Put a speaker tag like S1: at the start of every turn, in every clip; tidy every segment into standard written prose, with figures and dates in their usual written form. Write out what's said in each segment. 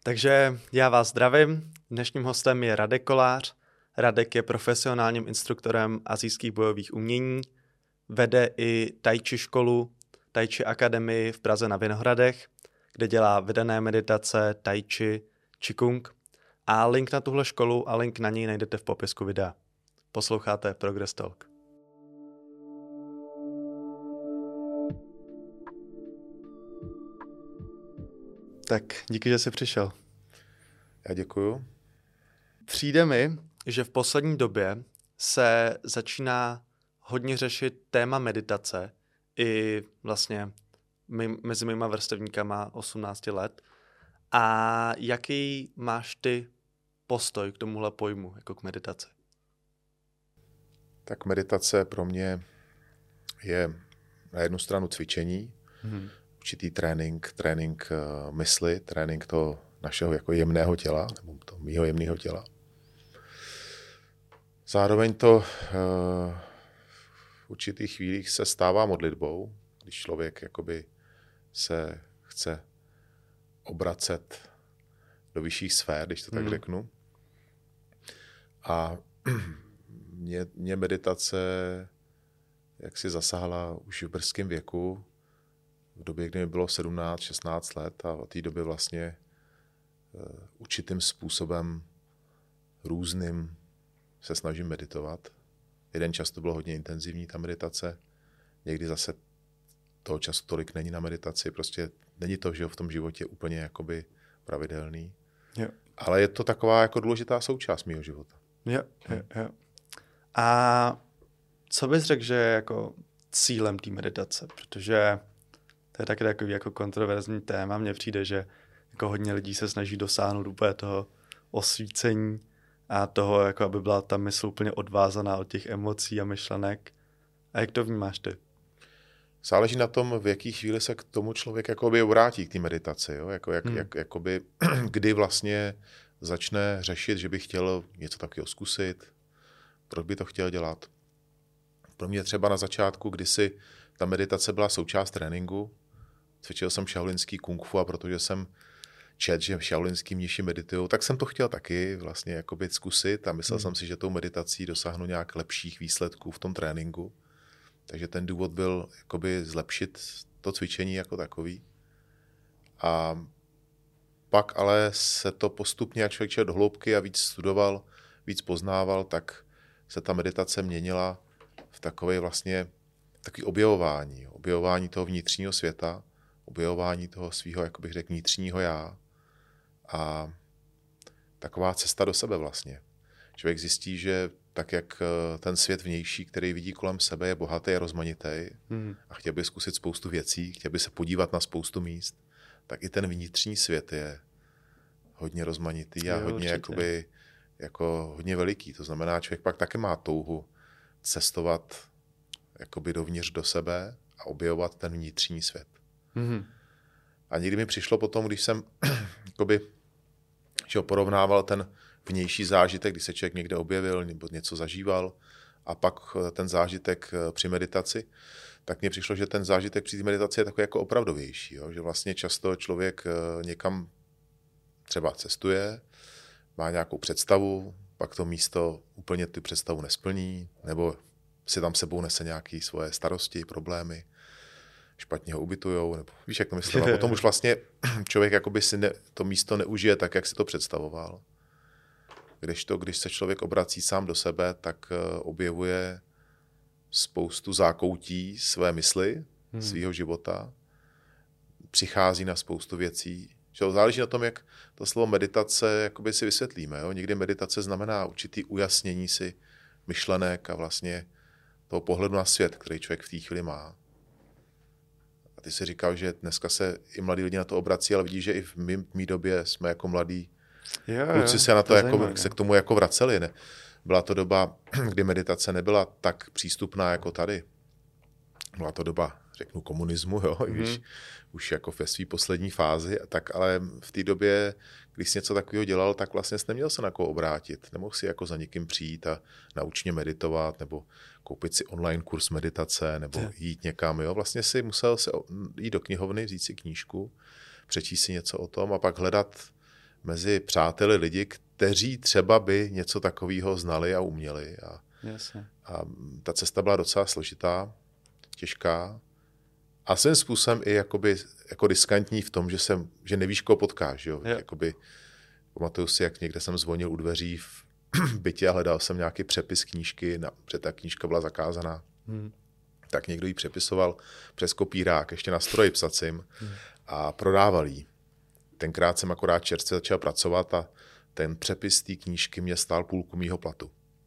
S1: Takže já vás zdravím. Dnešním hostem je Radek Kolář. Radek je profesionálním instruktorem asijských bojových umění, vede i tai chi školu, tai chi akademii v Praze na Vinohradech, kde dělá vedené meditace, tai chi, qigong a link na tuhle školu a link na ní najdete v popisku videa. Posloucháte Progress Talk. Tak díky, že jsi přišel.
S2: Já děkuju.
S1: Přijde mi, že v poslední době se začíná hodně řešit téma meditace i vlastně mezi mýma vrstevníkama 18 let. A jaký máš ty postoj k tomuhle pojmu, jako k meditaci?
S2: Tak meditace pro mě je na jednu stranu cvičení, určitý trénink mysli, trénink toho našeho jako jemného těla, nebo toho mýho jemného těla. Zároveň to v určitých chvílích se stává modlitbou, když člověk jakoby se chce obracet do vyšších sfér, když to tak řeknu. A mě meditace jaksi zasáhla už v brzkém věku, v době, kdy mi bylo 17-16 let a od té doby vlastně určitým způsobem různým se snažím meditovat. Jeden čas to bylo hodně intenzivní, ta meditace. Někdy zase toho času tolik není na meditaci. Prostě není to, že v tom životě úplně jakoby pravidelný.
S1: Jo.
S2: Ale je to taková jako důležitá součást mýho života.
S1: Jo. A co bys řekl, že je jako cílem té meditace? Protože to je taky takový jako kontroverzní téma. Mně přijde, že jako hodně lidí se snaží dosáhnout úplně toho osvícení a toho, jako aby byla ta mysl úplně odvázaná od těch emocí a myšlenek. A jak to vnímáš ty?
S2: Záleží na tom, v jaký chvíli se k tomu člověk jakoby obrátí k té meditaci. Jo? Jakoby, kdy vlastně začne řešit, že by chtěl něco takového zkusit, proč by to chtěl dělat. Pro mě třeba na začátku, kdysi ta meditace byla součást tréninku, cvičil jsem šaolinský kung fu a protože jsem četl, že šaolinský mniši meditují, tak jsem to chtěl taky vlastně jakoby zkusit a myslel jsem si, že tou meditací dosáhnu nějak lepších výsledků v tom tréninku. Takže ten důvod byl jakoby zlepšit to cvičení jako takový. A pak ale se to postupně, jak člověk šel do hloubky a víc studoval, víc poznával, tak se ta meditace měnila v takové vlastně takový objevování toho vnitřního světa, objevování toho svého, jak bych řekl, vnitřního já a taková cesta do sebe vlastně. Člověk zjistí, že tak, jak ten svět vnější, který vidí kolem sebe, je bohatý a rozmanitý a chtěl by zkusit spoustu věcí, chtěl by se podívat na spoustu míst, tak i ten vnitřní svět je hodně rozmanitý a hodně jakoby, jako hodně veliký. To znamená, člověk pak taky má touhu cestovat jakoby dovnitř do sebe a objevovat ten vnitřní svět. A někdy mi přišlo potom, když jsem jakoby, porovnával ten vnější zážitek, když se člověk někde objevil nebo něco zažíval a pak ten zážitek při meditaci, tak mně přišlo, že ten zážitek při meditaci je takový jako opravdovější. Jo? Že vlastně často člověk někam třeba cestuje, má nějakou představu, pak to místo úplně tu představu nesplní, nebo si tam sebou nese nějaké svoje starosti, problémy, špatně ho ubytujou, nebo víš, jak to myslím. A potom už vlastně člověk jakoby si to místo neužije tak, jak si to představoval. Když se člověk obrací sám do sebe, tak objevuje spoustu zákoutí své mysli, svého života, přichází na spoustu věcí. Záleží na tom, jak to slovo meditace jakoby si vysvětlíme. Jo? Někdy meditace znamená určitý ujasnění si myšlenek a vlastně toho pohledu na svět, který člověk v té chvíli má. A ty si říkal, že dneska se i mladí lidi na to obrací, ale vidíš, že i v mý době jsme jako mladí kluci se na to jako, se k tomu jako vraceli. Ne? Byla to doba, kdy meditace nebyla tak přístupná jako tady. Byla to doba, řeknu, komunismu, jo, i když už jako ve své poslední fázi, tak ale v té době, když jsi něco takového dělal, tak vlastně jsi neměl se na koho obrátit. Nemohl si jako za někým přijít a naučně meditovat, nebo koupit si online kurz meditace, nebo jít někam. Jo. Vlastně si musel se jít do knihovny, vzít si knížku, přečíst si něco o tom a pak hledat mezi přáteli lidi, kteří třeba by něco takového znali a uměli.
S1: Jasně.
S2: A ta cesta byla docela složitá, těžká. A svým způsobem i jakoby, jako riskantní v tom, že nevíš, koho potkáš. Jo? Jakoby, pamatuju si, jak někde jsem zvonil u dveří v bytě a hledal jsem nějaký přepis knížky, protože ta knížka byla zakázaná. Tak někdo ji přepisoval přes kopírák, ještě na stroji psacím a prodával ji. Tenkrát jsem akorát čerstvě začal pracovat a ten přepis té knížky mě stál půlku mýho platu.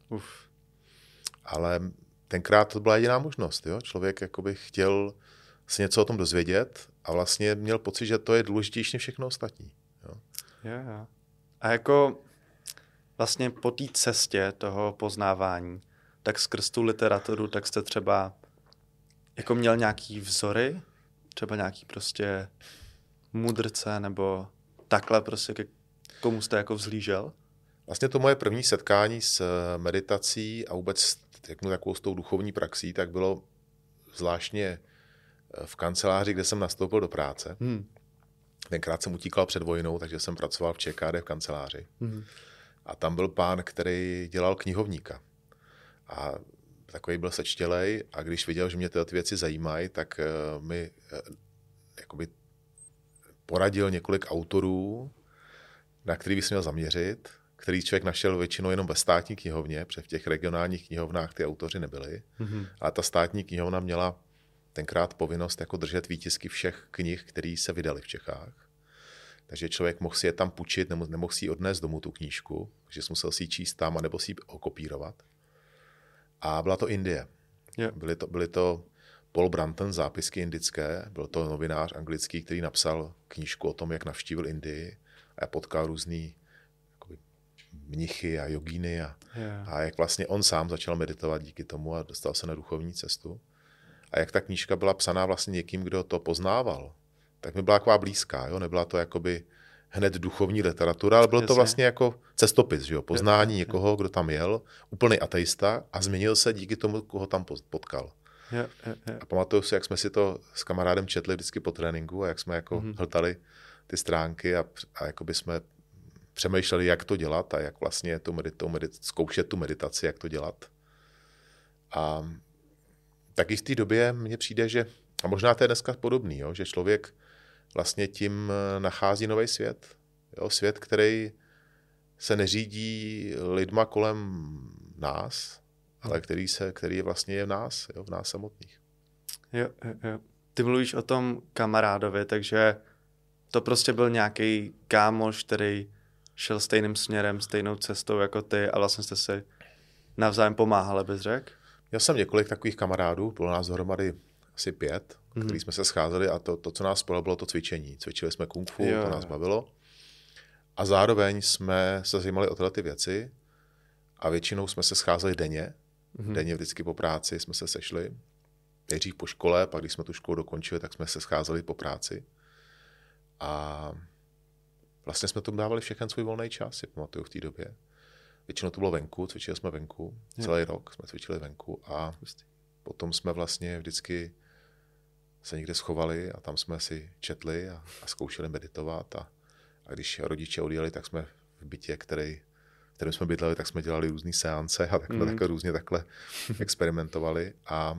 S2: Ale tenkrát to byla jediná možnost. Jo? Člověk jakoby chtěl si něco o tom dozvědět a vlastně měl pocit, že to je důležitější než všechno ostatní. Jo?
S1: Yeah. A jako vlastně po té cestě toho poznávání, tak skrz tu literaturu, tak jste třeba jako měl nějaký vzory, třeba nějaký prostě mudrce nebo takhle prostě, ke komu jste jako vzhlížel?
S2: Vlastně to moje první setkání s meditací a vůbec takovou s tou duchovní praxí, tak bylo zvláštně v kanceláři, kde jsem nastoupil do práce. Tenkrát jsem utíkal před vojnou, takže jsem pracoval v ČKD v kanceláři. A tam byl pán, který dělal knihovníka. A takový byl sečtělej a když viděl, že mě tyhle věci zajímají, tak mi jakoby poradil několik autorů, na který bych měl zaměřit, který člověk našel většinou jenom ve státní knihovně, protože v těch regionálních knihovnách ty autoři nebyli. Ale ta státní knihovna měla tenkrát povinnost jako držet výtisky všech knih, které se vydaly v Čechách. Takže člověk mohl si je tam půjčit, nemohl si ji odnést domů tu knížku, že jsi musel si ji číst tam, anebo si ji okopírovat. A byla to Indie.
S1: Yeah.
S2: Byly to Paul Brunton, Zápisky indické. Byl to novinář anglický, který napsal knížku o tom, jak navštívil Indii a potkal různý jakoby, mnichy a jogíny a jak vlastně on sám začal meditovat díky tomu a dostal se na duchovní cestu. A jak ta knížka byla psaná vlastně někým, kdo to poznával, tak mi byla taková blízká. Jo? Nebyla to jakoby hned duchovní literatura, ale bylo to vlastně jako cestopis, že jo? Poznání někoho, kdo tam jel, úplný ateista a změnil se díky tomu, koho tam potkal. A pamatuju si, jak jsme si to s kamarádem četli vždycky po tréninku a jak jsme jako hltali ty stránky a jakoby jsme přemýšleli, jak to dělat a jak vlastně zkoušet tu meditaci, jak to dělat. A taky v té době mně přijde, že, a možná to je dneska podobný, jo, že člověk vlastně tím nachází nový svět. Jo, svět, který se neřídí lidma kolem nás, ale který je vlastně v nás, jo, v nás samotných.
S1: Jo. Ty mluvíš o tom kamarádovi, takže to prostě byl nějaký kámoš, který šel stejným směrem, stejnou cestou jako ty a vlastně jste si navzájem pomáhali, bys řekl?
S2: Měl jsem několik takových kamarádů, bylo nás dohromady asi 5, který jsme se scházeli a to, co nás spojilo, bylo to cvičení. Cvičili jsme kung fu, to nás bavilo. A zároveň jsme se zajímali o tyhle ty věci a většinou jsme se scházeli denně. Denně vždycky po práci jsme se sešli. Nejdřív po škole, pak když jsme tu školu dokončili, tak jsme se scházeli po práci. A vlastně jsme tomu dávali všechen svůj volný čas, si pamatuju v té době. Většinou to bylo venku, cvičili jsme venku. Celý rok jsme cvičili venku a potom jsme vlastně vždycky se někde schovali a tam jsme si četli a zkoušeli meditovat. A když rodiče odjeli, tak jsme v bytě, kterým jsme bydleli, tak jsme dělali různý seance a různě takhle experimentovali. A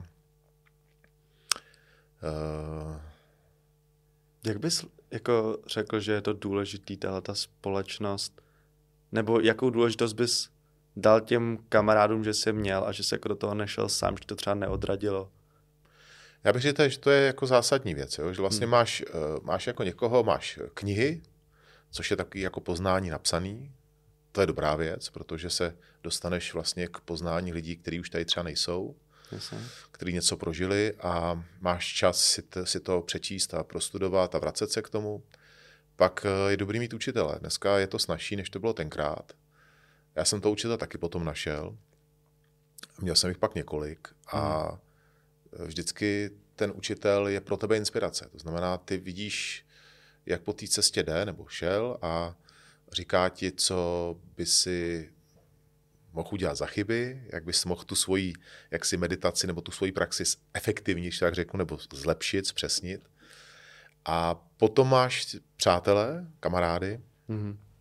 S1: jak bys jako řekl, že je to důležitý, ta společnost, nebo jakou důležitost bys dal těm kamarádům, že jsi měl a že jsi jako do toho nešel sám, že to třeba neodradilo?
S2: Já bych řekl, že to je jako zásadní věc, jo? Že vlastně máš jako někoho, máš knihy, což je takový jako poznání napsaný. To je dobrá věc, protože se dostaneš vlastně k poznání lidí, kteří už tady třeba nejsou, kteří něco prožili a máš čas si to přečíst a prostudovat a vracet se k tomu. Pak je dobrý mít učitele. Dneska je to snazší, než to bylo tenkrát. Já jsem to učitele taky potom našel. Měl jsem jich pak několik a vždycky ten učitel je pro tebe inspirace. To znamená, ty vidíš, jak po té cestě jde nebo šel a říká ti, co by si mohl udělat za chyby, jak bys mohl tu svoji meditaci nebo tu svoji praxi efektivnější, tak řeknu, nebo zlepšit, zpřesnit. A potom máš přátelé, kamarády,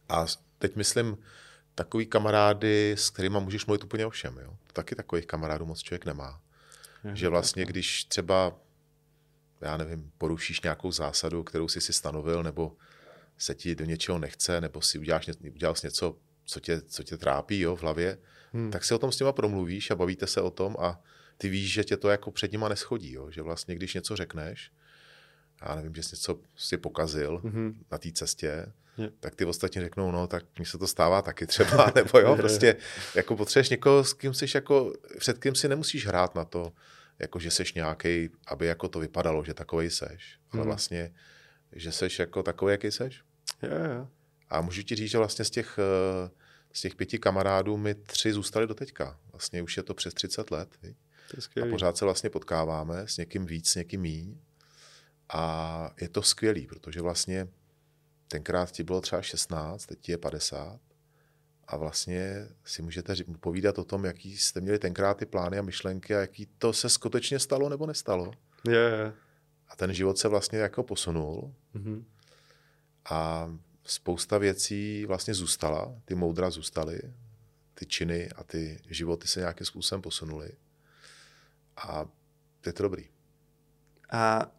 S2: A teď myslím takový kamarády, s kterýma můžeš mluvit úplně o všem. Jo? Taky takových kamarádů moc člověk nemá. Že vlastně, když třeba, já nevím, porušíš nějakou zásadu, kterou jsi si stanovil, nebo se ti do něčeho nechce, nebo si udělal něco, co tě trápí, jo, v hlavě, tak si o tom s těma promluvíš a bavíte se o tom a ty víš, že tě to jako před nima neschodí. Jo? Že vlastně, když něco řekneš, já nevím, že jsi něco si pokazil na té cestě, tak ty ostatní řeknou, no, tak mně se to stává taky třeba, nebo jo, prostě jako potřebuješ někoho, s kým jsi jako, před kým si nemusíš hrát na to, jako že seš nějaký, aby jako to vypadalo, že takovej seš, ale vlastně, že seš jako takový, jaký seš.
S1: Jo.
S2: A můžu ti říct, že vlastně z těch 5 kamarádů mi 3 zůstali do teďka. Vlastně už je to přes 30 let. A pořád se vlastně potkáváme s někým víc, s někým míň. A je to skvělý, protože vlastně tenkrát ti bylo třeba 16, teď ti je 50. A vlastně si můžete povídat o tom, jaký jste měli tenkrát ty plány a myšlenky a jaký to se skutečně stalo nebo nestalo.
S1: Yeah.
S2: A ten život se vlastně jako posunul. A spousta věcí vlastně zůstala, ty moudra zůstaly, ty činy a ty životy se nějakým způsobem posunuly. A je to dobrý.
S1: A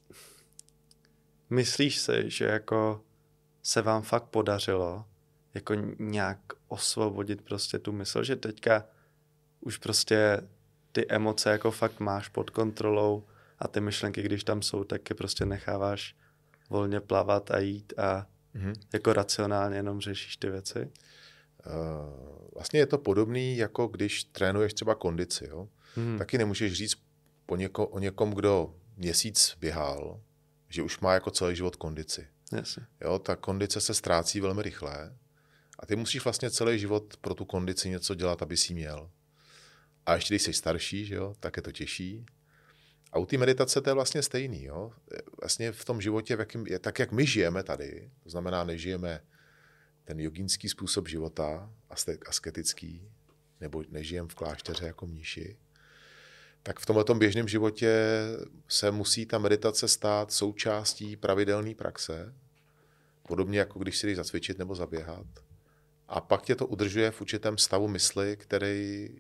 S1: myslíš si, že jako se vám fakt podařilo jako nějak osvobodit prostě tu mysl, že teďka už prostě ty emoce jako fakt máš pod kontrolou a ty myšlenky, když tam jsou, tak je prostě necháváš volně plavat a jít a jako racionálně jenom řešíš ty věci?
S2: Vlastně je to podobný, jako když trénuješ třeba kondici. Jo? Taky nemůžeš říct o někom, kdo měsíc běhal, že už má jako celý život kondici.
S1: Jasně.
S2: Jo, ta kondice se ztrácí velmi rychle a ty musíš vlastně celý život pro tu kondici něco dělat, aby si ji měl. A ještě když jsi starší, že jo, tak je to těžší. A u té meditace to je vlastně stejný. Jo? Vlastně v tom životě, tak jak my žijeme tady, to znamená, nežijeme ten jogínský způsob života, asketický, nebo nežijeme v klášteře jako mniši, tak v tomhletom běžném životě se musí ta meditace stát součástí pravidelné praxe, podobně jako když si jdeš zacvičit nebo zaběhat. A pak tě to udržuje v určitém stavu mysli, který,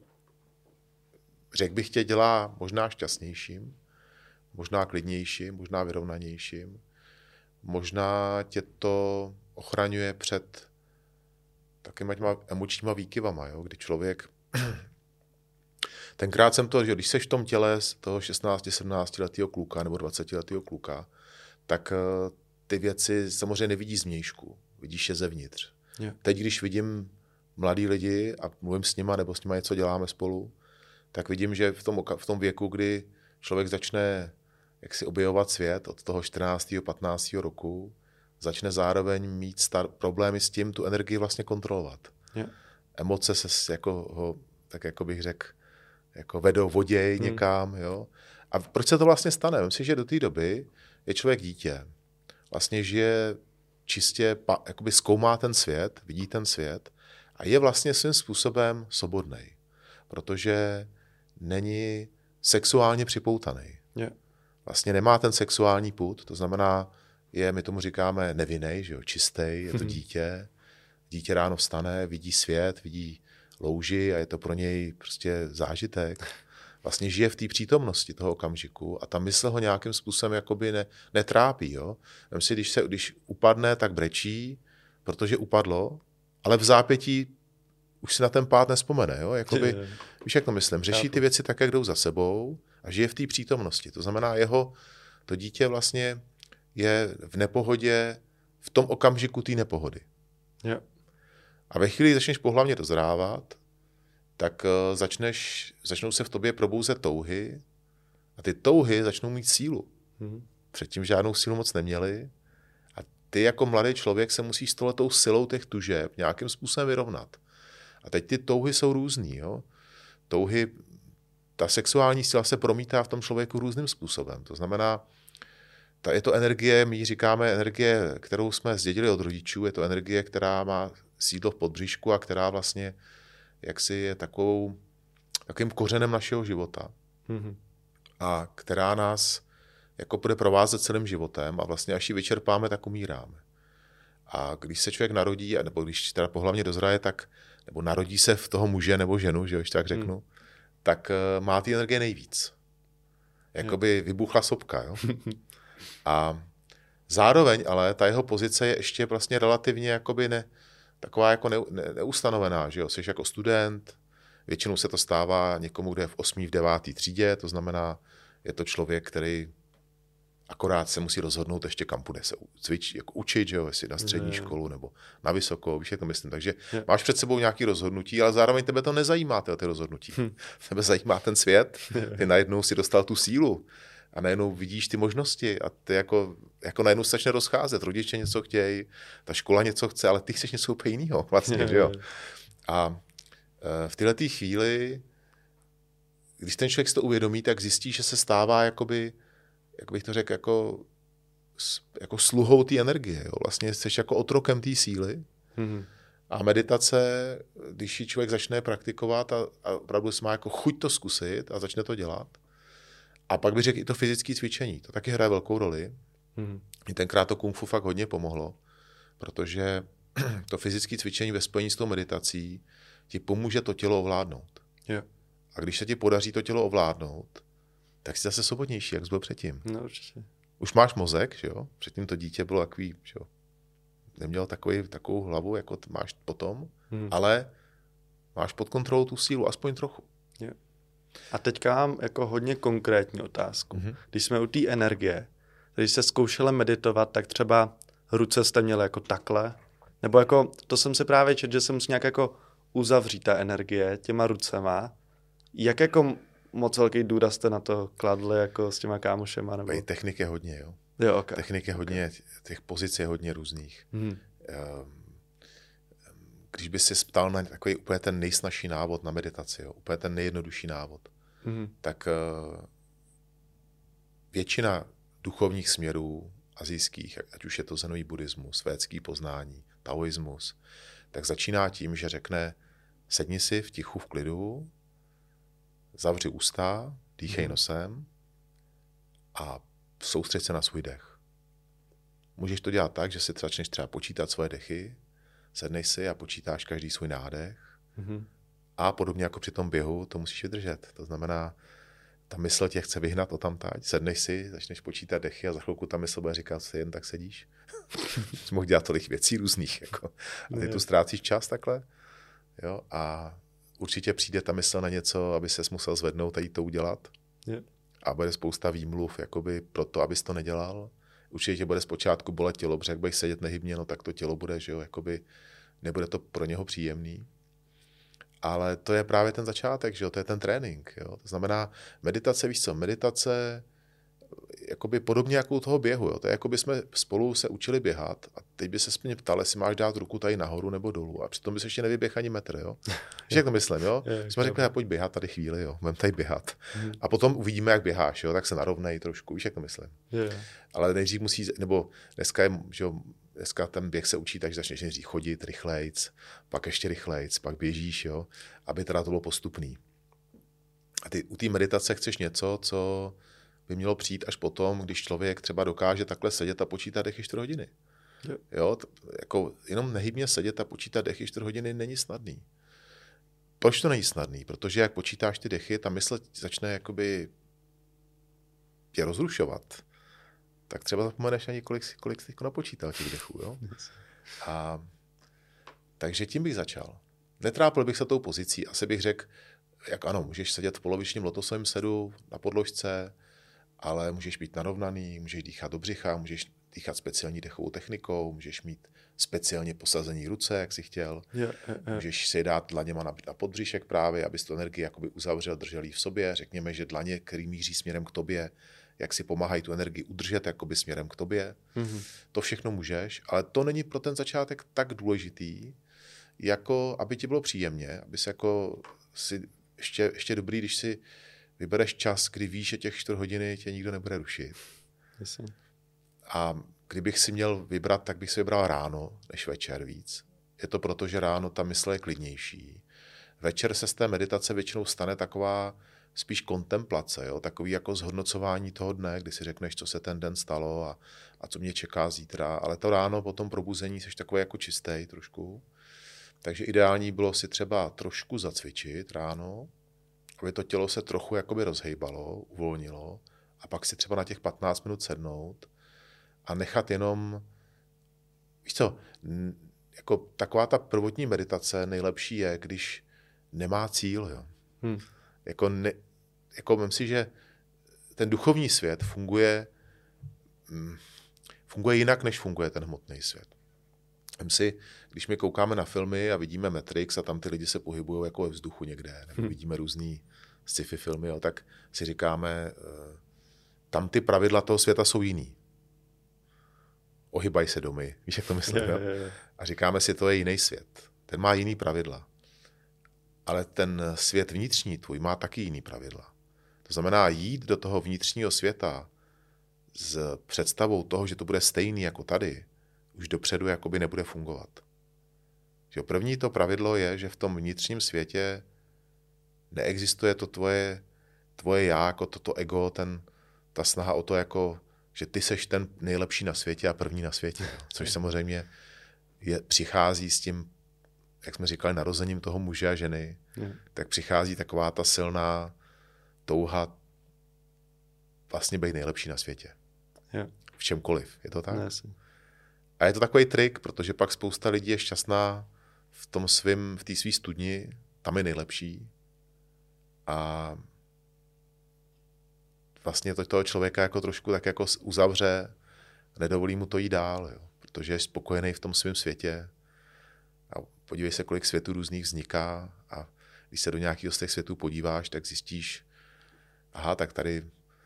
S2: řekl bych, tě dělá možná šťastnějším, možná klidnějším, možná vyrovnanějším. Možná tě to ochraňuje před takýma emočníma výkyvama, jo? Kdy člověk... Tenkrát jsem to, že když seš v tom těle z toho 16-17 letého kluka nebo 20 letého kluka, tak ty věci samozřejmě nevidíš zvnějšku, vidíš je zevnitř.
S1: Yeah.
S2: Teď, když vidím mladý lidi a mluvím s nima nebo s nima něco děláme spolu, tak vidím, že v tom věku, kdy člověk začne jak si objevovat svět od toho 14. 15. roku, začne zároveň mít problémy s tím tu energii vlastně kontrolovat.
S1: Yeah.
S2: Emoce se tak jako bych řekl, jako vedou voděj někam. Jo? A proč se to vlastně stane? Myslím, že do té doby je člověk dítě. Vlastně žije čistě, jakoby zkoumá ten svět, vidí ten svět a je vlastně svým způsobem svobodnej, protože není sexuálně připoutaný.
S1: Yeah.
S2: Vlastně nemá ten sexuální pud, to znamená, my tomu říkáme nevinnej, že jo, čistej, je to dítě. Dítě ráno vstane, vidí svět, vidí louži a je to pro něj prostě zážitek. Vlastně žije v té přítomnosti toho okamžiku a ta mysl ho nějakým způsobem jakoby netrápí. Jo? Vem si, když upadne, tak brečí, protože upadlo, ale v zápětí už si na ten pád nevzpomene. Jo? Jakoby, víš, jak to myslím? Řeší ty věci tak, jak jdou za sebou a žije v té přítomnosti. To znamená, to dítě vlastně je v nepohodě v tom okamžiku té nepohody.
S1: Yeah.
S2: A ve chvíli, kdy začneš pohlavně dozrávat, tak začnou se v tobě probouzet touhy a ty touhy začnou mít sílu. Předtím žádnou sílu moc neměli a ty jako mladý člověk se musíš s touhletou silou těch tužeb nějakým způsobem vyrovnat. A teď ty touhy jsou různý. Jo? Touhy, ta sexuální síla se promítá v tom člověku různým způsobem. To znamená, je to energie, my říkáme energie, kterou jsme zdědili od rodičů, je to energie, která má sídlo v podbříšku a která vlastně jaksi je takovým kořenem našeho života. A která nás jako bude provázet celým životem a vlastně až ji vyčerpáme, tak umíráme. A když se člověk narodí, nebo když teda pohlavně dozraje, tak, nebo narodí se v toho muže nebo ženu, že když tak řeknu, tak má ty energie nejvíc. Jakoby vybuchla sopka, jo. A zároveň ale ta jeho pozice je ještě vlastně relativně jakoby taková jako neustanovená, že jo. Jsi jako student, většinou se to stává někomu, kdo je v 8., v 9. třídě, to znamená, je to člověk, který akorát se musí rozhodnout ještě, kam půjde se jako učit, že jo, jestli na střední školu nebo na vysokou, víš, jak to myslím. Takže máš před sebou nějaké rozhodnutí, ale zároveň tebe to nezajímá, ty rozhodnutí. Tebe zajímá ten svět, ty najednou si dostal tu sílu a najednou vidíš ty možnosti a ty jako najednou se začne rozcházet. Rodiče něco chtějí, ta škola něco chce, ale ty chceš něco úplně jiného vlastně, že jo. A v této chvíli, když ten člověk si to uvědomí, tak zjistí, že se stává jakoby, jak bych to řekl, jako sluhou té energie. Jo. Vlastně jsi jako otrokem té síly. A meditace, když ji člověk začne praktikovat a opravdu se má jako chuť to zkusit a začne to dělat. A pak bych řekl i to fyzické cvičení. To taky hraje velkou roli. Mně tenkrát to kung fu fakt hodně pomohlo, protože to fyzické cvičení ve spojení s tou meditací ti pomůže to tělo ovládnout.
S1: Jo.
S2: A když se ti podaří to tělo ovládnout, tak jsi zase svobodnější, jak jsi byl předtím.
S1: No, určitě.
S2: Už máš mozek, že jo? Předtím to dítě bylo takový, že jo? Nemělo takovou hlavu, jako máš potom, ale máš pod kontrolou tu sílu, aspoň trochu.
S1: Jo. A teďka mám jako hodně konkrétní otázku. Když jsme u té energie, když se zkoušeli meditovat, tak třeba ruce jste měli jako takhle, nebo jako, to jsem si právě četl, že se musí nějak jako uzavřít ta energie těma rucema. Jak jako moc velký důraz jste na to kladli jako s těma kámošema? Nebo?
S2: Technik je hodně, jo.
S1: Jo, okay.
S2: Technik je hodně, těch pozic je hodně různých. Když by si ptal na takový úplně ten nejsnažší návod na meditaci, jo, úplně ten nejjednodušší návod, tak většina duchovních směrů asijských, ať už je to zenový buddhismus, védský poznání, taoismus, tak začíná tím, že řekne, sedni si v tichu, v klidu, zavři ústa, dýchej nosem a soustřeď se na svůj dech. Můžeš to dělat tak, že si začneš třeba počítat svoje dechy, sedneš si a počítáš každý svůj nádech a podobně jako při tom běhu to musíš vydržet. To znamená, ta mysl tě chce vyhnat odtamtať, sedneš si, začneš počítat dechy a za chvilku ta mysl bude říkat, že jen tak sedíš. Jsi mohl dělat tolik věcí různých. Jako. A ty tu ztrácíš čas takhle. Jo? A určitě přijde ta mysl na něco, aby ses musel zvednout a jít to udělat. A bude spousta výmluv jakoby, pro to, abys to nedělal. Určitě bude zpočátku bolet tělo, protože jak budeš sedět nehybně, no tak to tělo bude, že jo, jakoby nebude to pro něho příjemný. Ale to je právě ten začátek, že jo, to je ten trénink, jo. To znamená, meditace, víš co, meditace jakoby podobně jako u toho běhu, jo. To je jako by jsme spolu se učili běhat a teď by se mě ptal, jestli máš dát ruku tady nahoru nebo dolů a přitom by se ještě nevyběh ani metr, jo. Víš, jak to myslím, jo. Jsme řekli, pojď běhat tady chvíli, jo, budeme tady běhat. A potom uvidíme, jak běháš, jo, tak se narovnej trošku, víš, jak to myslím. Ale nejdřív musí, nebo dneska je, že jo, dneska ten běh se učí, takže začneš nejdřív chodit rychlejc, pak ještě rychlejc, pak běžíš, jo, aby teda to bylo postupný. A ty u té meditace chceš něco, co by mělo přijít až potom, když člověk třeba dokáže takhle sedět a počítat dechy 4 hodiny. Jo, jako jenom nehybně sedět a počítat dechy 4 hodiny není snadný. Proč to není snadný? Protože jak počítáš ty dechy, ta mysl začne jakoby tě rozrušovat. Tak třeba zapomeneš ani kolik jsi napočítal těch dechů. Jo? Takže tím bych začal. Netrápil bych se tou pozicí. Asi bych řekl, jak ano, můžeš sedět v polovičním lotosovém sedu na podložce, ale můžeš být narovnaný, můžeš dýchat do břicha, můžeš dýchat speciální dechovou technikou, můžeš mít speciálně posazení ruce, jak jsi chtěl. Můžeš si dát dlaněma na podbřišek právě, abys tu energii jakoby uzavřel, držel ji v sobě. Řekněme, že dlaně, který míří směrem k tobě, jak si pomáhají tu energii udržet jakoby směrem k tobě. To všechno můžeš, ale to není pro ten začátek tak důležitý, jako aby ti bylo příjemně, aby si jako si ještě dobrý, když si vybereš čas, kdy víš, že těch 4 hodiny tě nikdo nebude rušit. A kdybych si měl vybrat, tak bych si vybral ráno než večer víc. Je to proto, že ráno ta mysl je klidnější. Večer se z té meditace většinou stane taková spíš kontemplace, jo? Takový jako zhodnocování toho dne, kdy si řekneš, co se ten den stalo a co mě čeká zítra. Ale to ráno po tom probuzení jsi takový jako čistý trošku. Takže ideální bylo si třeba trošku zacvičit ráno, aby to tělo se trochu jakoby rozhejbalo, uvolnilo a pak si třeba na těch 15 minut sednout a nechat jenom, víš co, jako taková ta prvotní meditace nejlepší je, když nemá cíl. Jo. Jako myslím si, že ten duchovní svět funguje jinak, než funguje ten hmotný svět. Myslím si, když my koukáme na filmy a vidíme Matrix a tam ty lidi se pohybují jako ve vzduchu někde, nebo vidíme různý sci-fi filmy, jo, tak si říkáme, tam ty pravidla toho světa jsou jiný. Ohybají se domy, víš, jak to myslím? Jo? A říkáme si, to je jiný svět. Ten má jiný pravidla. Ale ten svět vnitřní tvůj má taky jiný pravidla. To znamená jít do toho vnitřního světa s představou toho, že to bude stejný jako tady, už dopředu jakoby nebude fungovat. Že první to pravidlo je, že v tom vnitřním světě neexistuje to tvoje já, jako toto ego, ta snaha o to, jako, že ty seš ten nejlepší na světě a první na světě. Což samozřejmě přichází s tím, jak jsme říkali, narozením toho muže a ženy, tak přichází taková ta silná touha vlastně být nejlepší na světě. V čemkoliv. Je to tak? A je to takový trik, protože pak spousta lidí je šťastná v té své studni, tam je nejlepší. A vlastně to toho člověka jako trošku tak jako uzavře, nedovolí mu to jít dál, jo, protože je spokojený v tom svém světě. A podívej se, kolik světů různých vzniká a když se do nějakého z těch světů podíváš, tak zjistíš, aha, tak tady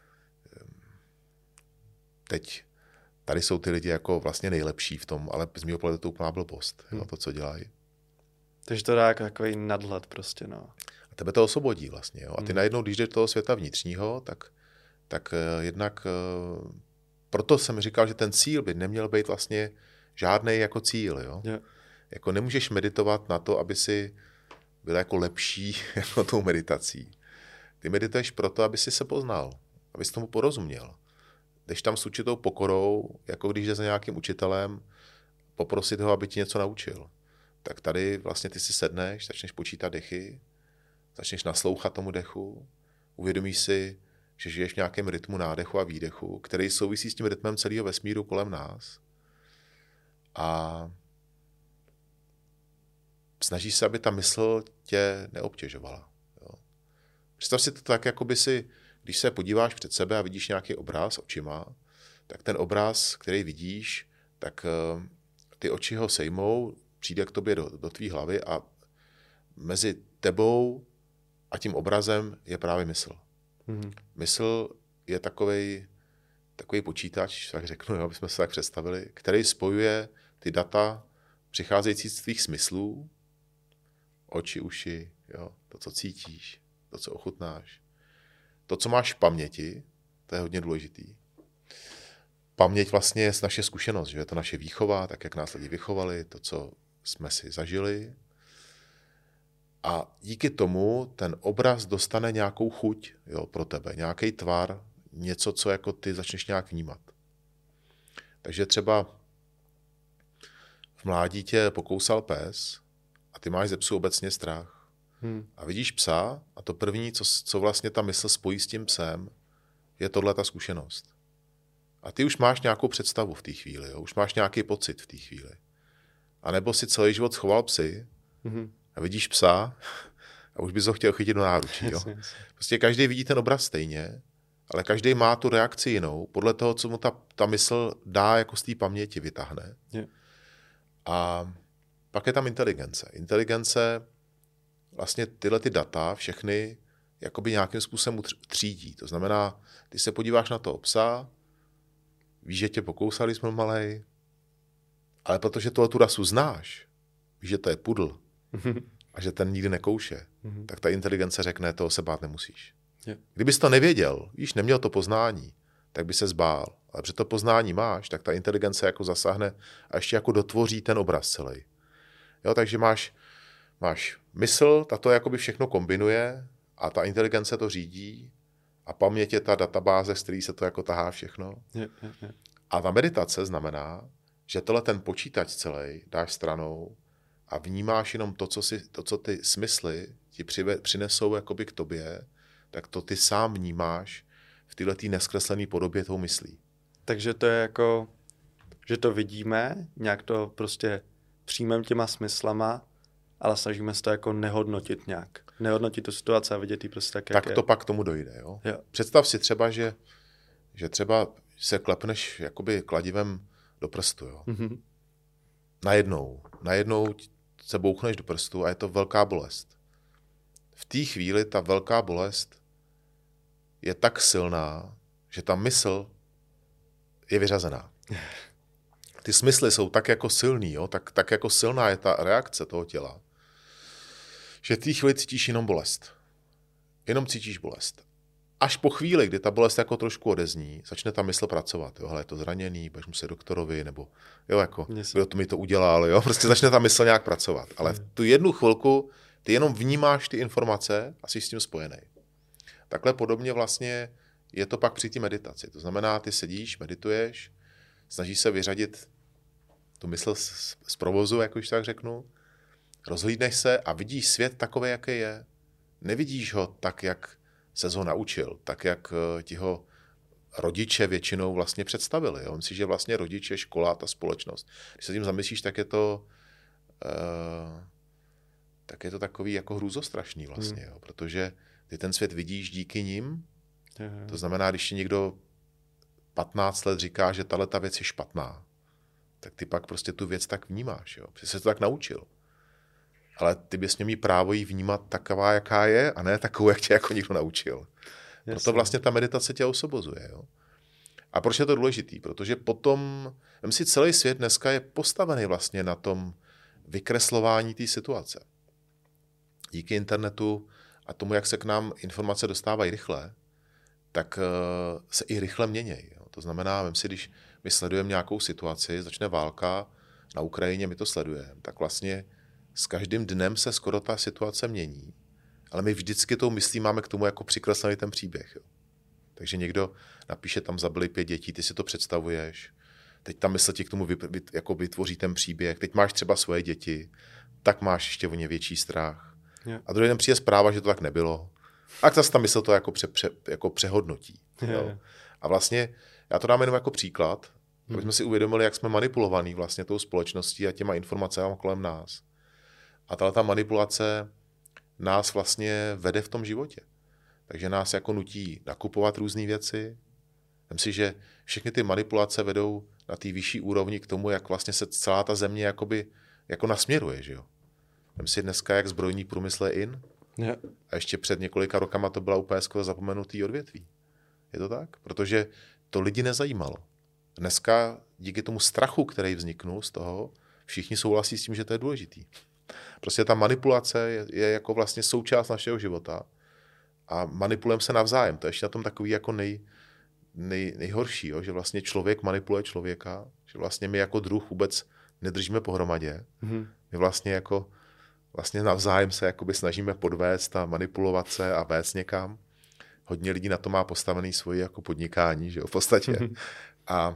S2: jsou ty lidi jako vlastně nejlepší v tom, ale z mého pohledu to úplná blbost, to, co dělají.
S1: Takže to dá jako takový nadhled prostě, no.
S2: A tebe to osvobodí vlastně, jo. A ty najednou, když jdeš do toho světa vnitřního, tak jednak proto jsem říkal, že ten cíl by neměl být vlastně žádnej jako cíl, jo. Jako nemůžeš meditovat na to, aby si byl jako lepší jako tou meditací. Ty medituješ proto, aby si se poznal, aby si tomu porozuměl. Jdeš tam s určitou pokorou, jako když jde za nějakým učitelem, poprosit ho, aby ti něco naučil. Tak tady vlastně ty si sedneš, začneš počítat dechy, začneš naslouchat tomu dechu, uvědomíš si, že žiješ v nějakém rytmu nádechu a výdechu, který souvisí s tím rytmem celého vesmíru kolem nás. A snažíš se, aby ta mysl tě neobtěžovala. Jo. Představ si to tak, jako by si, když se podíváš před sebe a vidíš nějaký obraz očima, tak ten obraz, který vidíš, tak ty oči ho sejmou, přijde k tobě do tvý hlavy a mezi tebou a tím obrazem je právě mysl. Mysl je takový počítač, tak řeknu, jo, aby jsme se tak představili, který spojuje ty data přicházející z tvých smyslů, oči, uši, jo, to, co cítíš, to, co ochutnáš, to, co máš v paměti, to je hodně důležitý. Paměť vlastně je naše zkušenost, že je to naše výchova, tak jak nás lidi vychovali, to, co jsme si zažili. A díky tomu ten obraz dostane nějakou chuť, jo, pro tebe, nějaký tvar, něco, co jako ty začneš nějak vnímat. Takže třeba v mládí tě pokousal pes a ty máš ze psů obecně strach. A vidíš psa a to první, co vlastně ta mysl spojí s tím psem, je tohleta zkušenost. A ty už máš nějakou představu v té chvíli, jo? Už máš nějaký pocit v té chvíli. A nebo si celý život schoval psy a vidíš psa a už bys ho chtěl chytit do náručí. Jo? Prostě každý vidí ten obraz stejně, ale každý má tu reakci jinou, podle toho, co mu ta mysl dá jako z té paměti vytáhne. A pak je tam inteligence. Inteligence vlastně tyhle ty data všechny jakoby nějakým způsobem třídí. To znamená, ty se podíváš na toho psa, víš, že tě pokousali, jsme malej, ale protože tu rasu znáš, víš, že to je pudl a že ten nikdy nekouše, tak ta inteligence řekne, toho se bát nemusíš. Kdybys to nevěděl, víš, neměl to poznání, tak by se zbál. Ale protože to poznání máš, tak ta inteligence jako zasáhne a ještě jako dotvoří ten obraz celý. Jo, takže máš mysl, ta to jakoby všechno kombinuje a ta inteligence to řídí a paměť je ta databáze, z který se to jako tahá všechno.
S1: Je.
S2: A ta meditace znamená, že tohle ten počítač celý dáš stranou a vnímáš jenom to, co ty smysly ti přinesou jakoby k tobě, tak to ty sám vnímáš v této neskreslené podobě tou myslí.
S1: Takže to je jako, že to vidíme, nějak to prostě přijmeme těma smyslama, ale snažíme se to jako nehodnotit nějak. Nehodnotit tu situaci a vidět ji prostě tak, jak
S2: Tak to pak k tomu dojde. Jo?
S1: Jo.
S2: Představ si třeba, že třeba se klepneš jakoby kladivem do prstu. Jo?
S1: Mm-hmm.
S2: Najednou se bouchneš do prstu a je to velká bolest. V té chvíli ta velká bolest je tak silná, že ta mysl je vyřazená. Ty smysly jsou tak jako silný, jo? Tak jako silná je ta reakce toho těla, že v té chvíli cítíš jenom bolest. Jenom cítíš bolest. Až po chvíli, kdy ta bolest jako trošku odezní, začne ta mysl pracovat. Jo, hele, je to zraněný, budeš muset doktorovi, nebo jo, jako, kdo to mi to udělal, jo, prostě začne ta mysl nějak pracovat. Ale v tu jednu chvilku ty jenom vnímáš ty informace a jsi s tím spojený. Takhle podobně vlastně je to pak při té meditaci. To znamená, ty sedíš, medituješ, snažíš se vyřadit tu mysl z provozu, jak už tak řeknu, rozhlídneš se a vidíš svět takový, jaký je. Nevidíš ho tak, jak ses ho naučil, tak, jak ti ho rodiče většinou vlastně představili. Jo? Myslím, že vlastně rodiče, škola, ta společnost. Když se tím zamyslíš, tak je to takový jako hrůzostrašný vlastně, jo? Protože ty ten svět vidíš díky nim. To znamená, když ti někdo 15 let říká, že tahle ta věc je špatná, tak ty pak prostě tu věc tak vnímáš. Jo? Protože se to tak naučil. Ale ty bys měl mít právo jí vnímat taková, jaká je, a ne takovou, jak tě jako někdo naučil. Jasně. Proto vlastně ta meditace tě osvobozuje. Jo? A proč je to důležitý? Protože potom, vem si, celý svět dneska je postavený vlastně na tom vykreslování té situace. Díky internetu a tomu, jak se k nám informace dostávají rychle, tak se i rychle měnějí. To znamená, vem si, když my sledujeme nějakou situaci, začne válka na Ukrajině, my to sledujeme, tak vlastně s každým dnem se skoro ta situace mění, ale my vždycky tou myslí máme k tomu jako přikreslený ten příběh. Jo. Takže někdo napíše, tam zabili 5 dětí, ty si to představuješ, teď ta mysl ti k tomu jako vytvoří ten příběh, teď máš třeba svoje děti, tak máš ještě o ně větší strach.
S1: Yeah.
S2: A druhý den přijde zpráva, že to tak nebylo. A zase ta mysl to jako přehodnotí.
S1: Yeah.
S2: Jo. A vlastně, já to dám jenom jako příklad, aby jsme si uvědomili, jak jsme manipulovaní vlastně tou společností a těma informacemi kolem nás. A tato manipulace nás vlastně vede v tom životě. Takže nás jako nutí nakupovat různé věci. Myslím si, že všechny ty manipulace vedou na té vyšší úrovni k tomu, jak vlastně se celá ta země jakoby, jako nasměruje. Že jo? Myslím si dneska, jak zbrojní průmysl je in.
S1: Yeah.
S2: A ještě před několika rokama to byla úplně skoro zapomenutý odvětví. Je to tak? Protože to lidi nezajímalo. Dneska díky tomu strachu, který vzniknul z toho, všichni souhlasí s tím, že to je důležitý. Prostě ta manipulace je jako vlastně součást našeho života a manipulujeme se navzájem. To je ještě na tom takový jako nejhorší, jo? Že vlastně člověk manipuluje člověka, že vlastně my jako druh vůbec nedržíme pohromadě. My vlastně jako navzájem se jakoby snažíme podvést a manipulovat se a vést někam. Hodně lidí na to má postavený svoje jako podnikání, že jo, v podstatě. A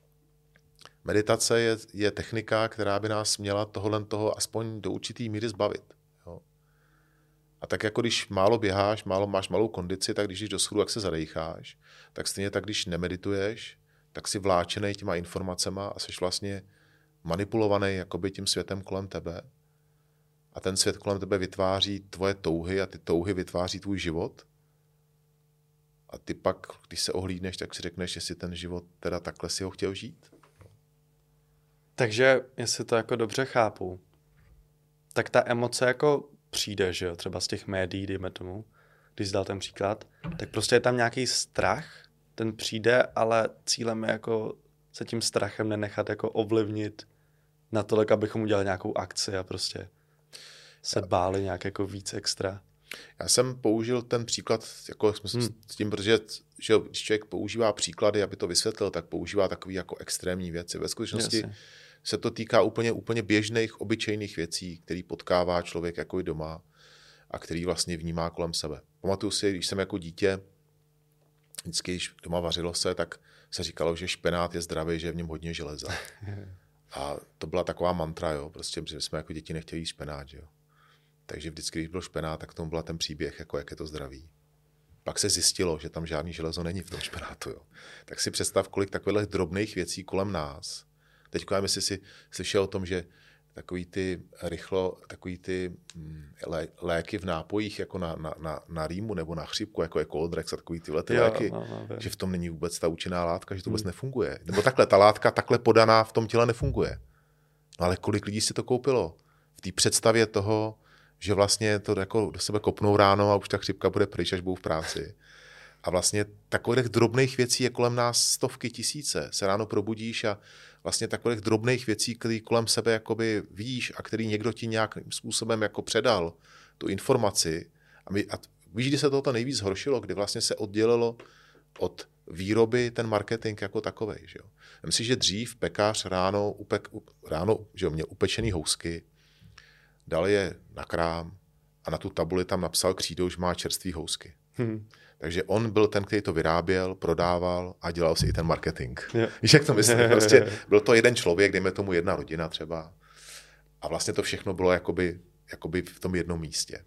S2: meditace je technika, která by nás měla toho aspoň do určitý míry zbavit. Jo. A tak jako když málo běháš, máš malou kondici, tak když jdeš do schodu, jak se zadejcháš, tak stejně tak, když nemedituješ, tak si vláčenej těma informacema a jsi vlastně manipulovaný jakoby tím světem kolem tebe. A ten svět kolem tebe vytváří tvoje touhy a ty touhy vytváří tvůj život. A ty pak, když se ohlídneš, tak si řekneš, jestli ten život teda takhle si ho chtěl žít.
S1: Takže, jestli to jako dobře chápu, tak ta emoce jako přijde, že jo, třeba z těch médií, dejme tomu, když jsi dal ten příklad, tak prostě je tam nějaký strach, ten přijde, ale cílem je jako se tím strachem nenechat jako ovlivnit natolik, abychom udělali nějakou akci a prostě se báli nějak jako víc extra.
S2: Já jsem použil ten příklad jako s tím, protože že když člověk používá příklady, aby to vysvětlil, tak používá takové jako extrémní věci. Ve skutečnosti se to týká úplně běžných, obyčejných věcí, které potkává člověk jako i doma. a který vlastně vnímá kolem sebe. Pamatuju si, když jsem jako dítě, vždycky, když doma vařilo se, tak se říkalo, že špenát je zdravý, že je v něm hodně železa. A to byla taková mantra, jo, prostě, že jsme jako děti nechtěli jíst špenát, jo. Takže vždycky, když byl špenát, tak tomu byl ten příběh, jako jak je to zdravý. Pak se zjistilo, že tam žádný železo není v tom špenátu, jo. Tak si představ, kolik takových drobných věcí kolem nás. Teď já myslím, si slyšel o tom, že takový ty léky v nápojích jako na rýmu nebo na chřipku, jako je Coldrex a takový tyhle léky, že v tom není vůbec ta účinná látka, že to vůbec nefunguje. Nebo takhle, ta látka takhle podaná v tom těle nefunguje. No ale kolik lidí si to koupilo? V té představě toho, že vlastně to jako do sebe kopnou ráno a už ta chřipka bude pryč, až budou v práci. A vlastně takových drobných věcí je kolem nás stovky, tisíce. Se ráno probudíš a vlastně takových drobných věcí, které kolem sebe jakoby vidíš a který někdo ti nějakým způsobem jako předal tu informaci. A víš, kdy se toto nejvíc zhoršilo, kdy vlastně se oddělilo od výroby ten marketing jako takovej. Že jo? Myslím, že dřív pekař ráno že jo, měl upečený housky, dal je na krám a na tu tabuli tam napsal křídou, že má čerstvý housky. Takže on byl ten, který to vyráběl, prodával a dělal si i ten marketing. Víš, jak to myslím? Prostě byl to jeden člověk, dejme tomu jedna rodina třeba. A vlastně to všechno bylo jakoby v tom jednom místě.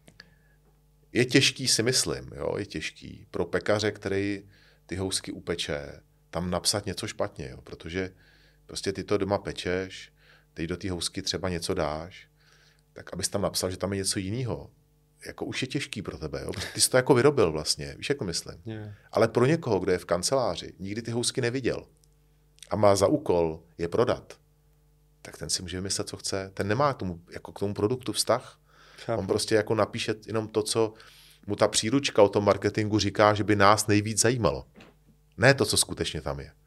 S2: Je těžký, si myslím, jo? Je těžký pro pekaře, který ty housky upeče, tam napsat něco špatně, jo? Protože prostě ty to doma pečeš, teď do té housky třeba něco dáš, tak abys tam napsal, že tam je něco jiného. Jako už je těžký pro tebe, jo? Protože ty jsi to jako vyrobil vlastně, víš, jak to myslím. Ale pro někoho, kdo je v kanceláři, nikdy ty housky neviděl a má za úkol je prodat, tak ten si může vymyslet, co chce. Ten nemá k tomu produktu vztah. On prostě jako napíše jenom to, co mu ta příručka o tom marketingu říká, že by nás nejvíc zajímalo. Ne to, co skutečně tam je.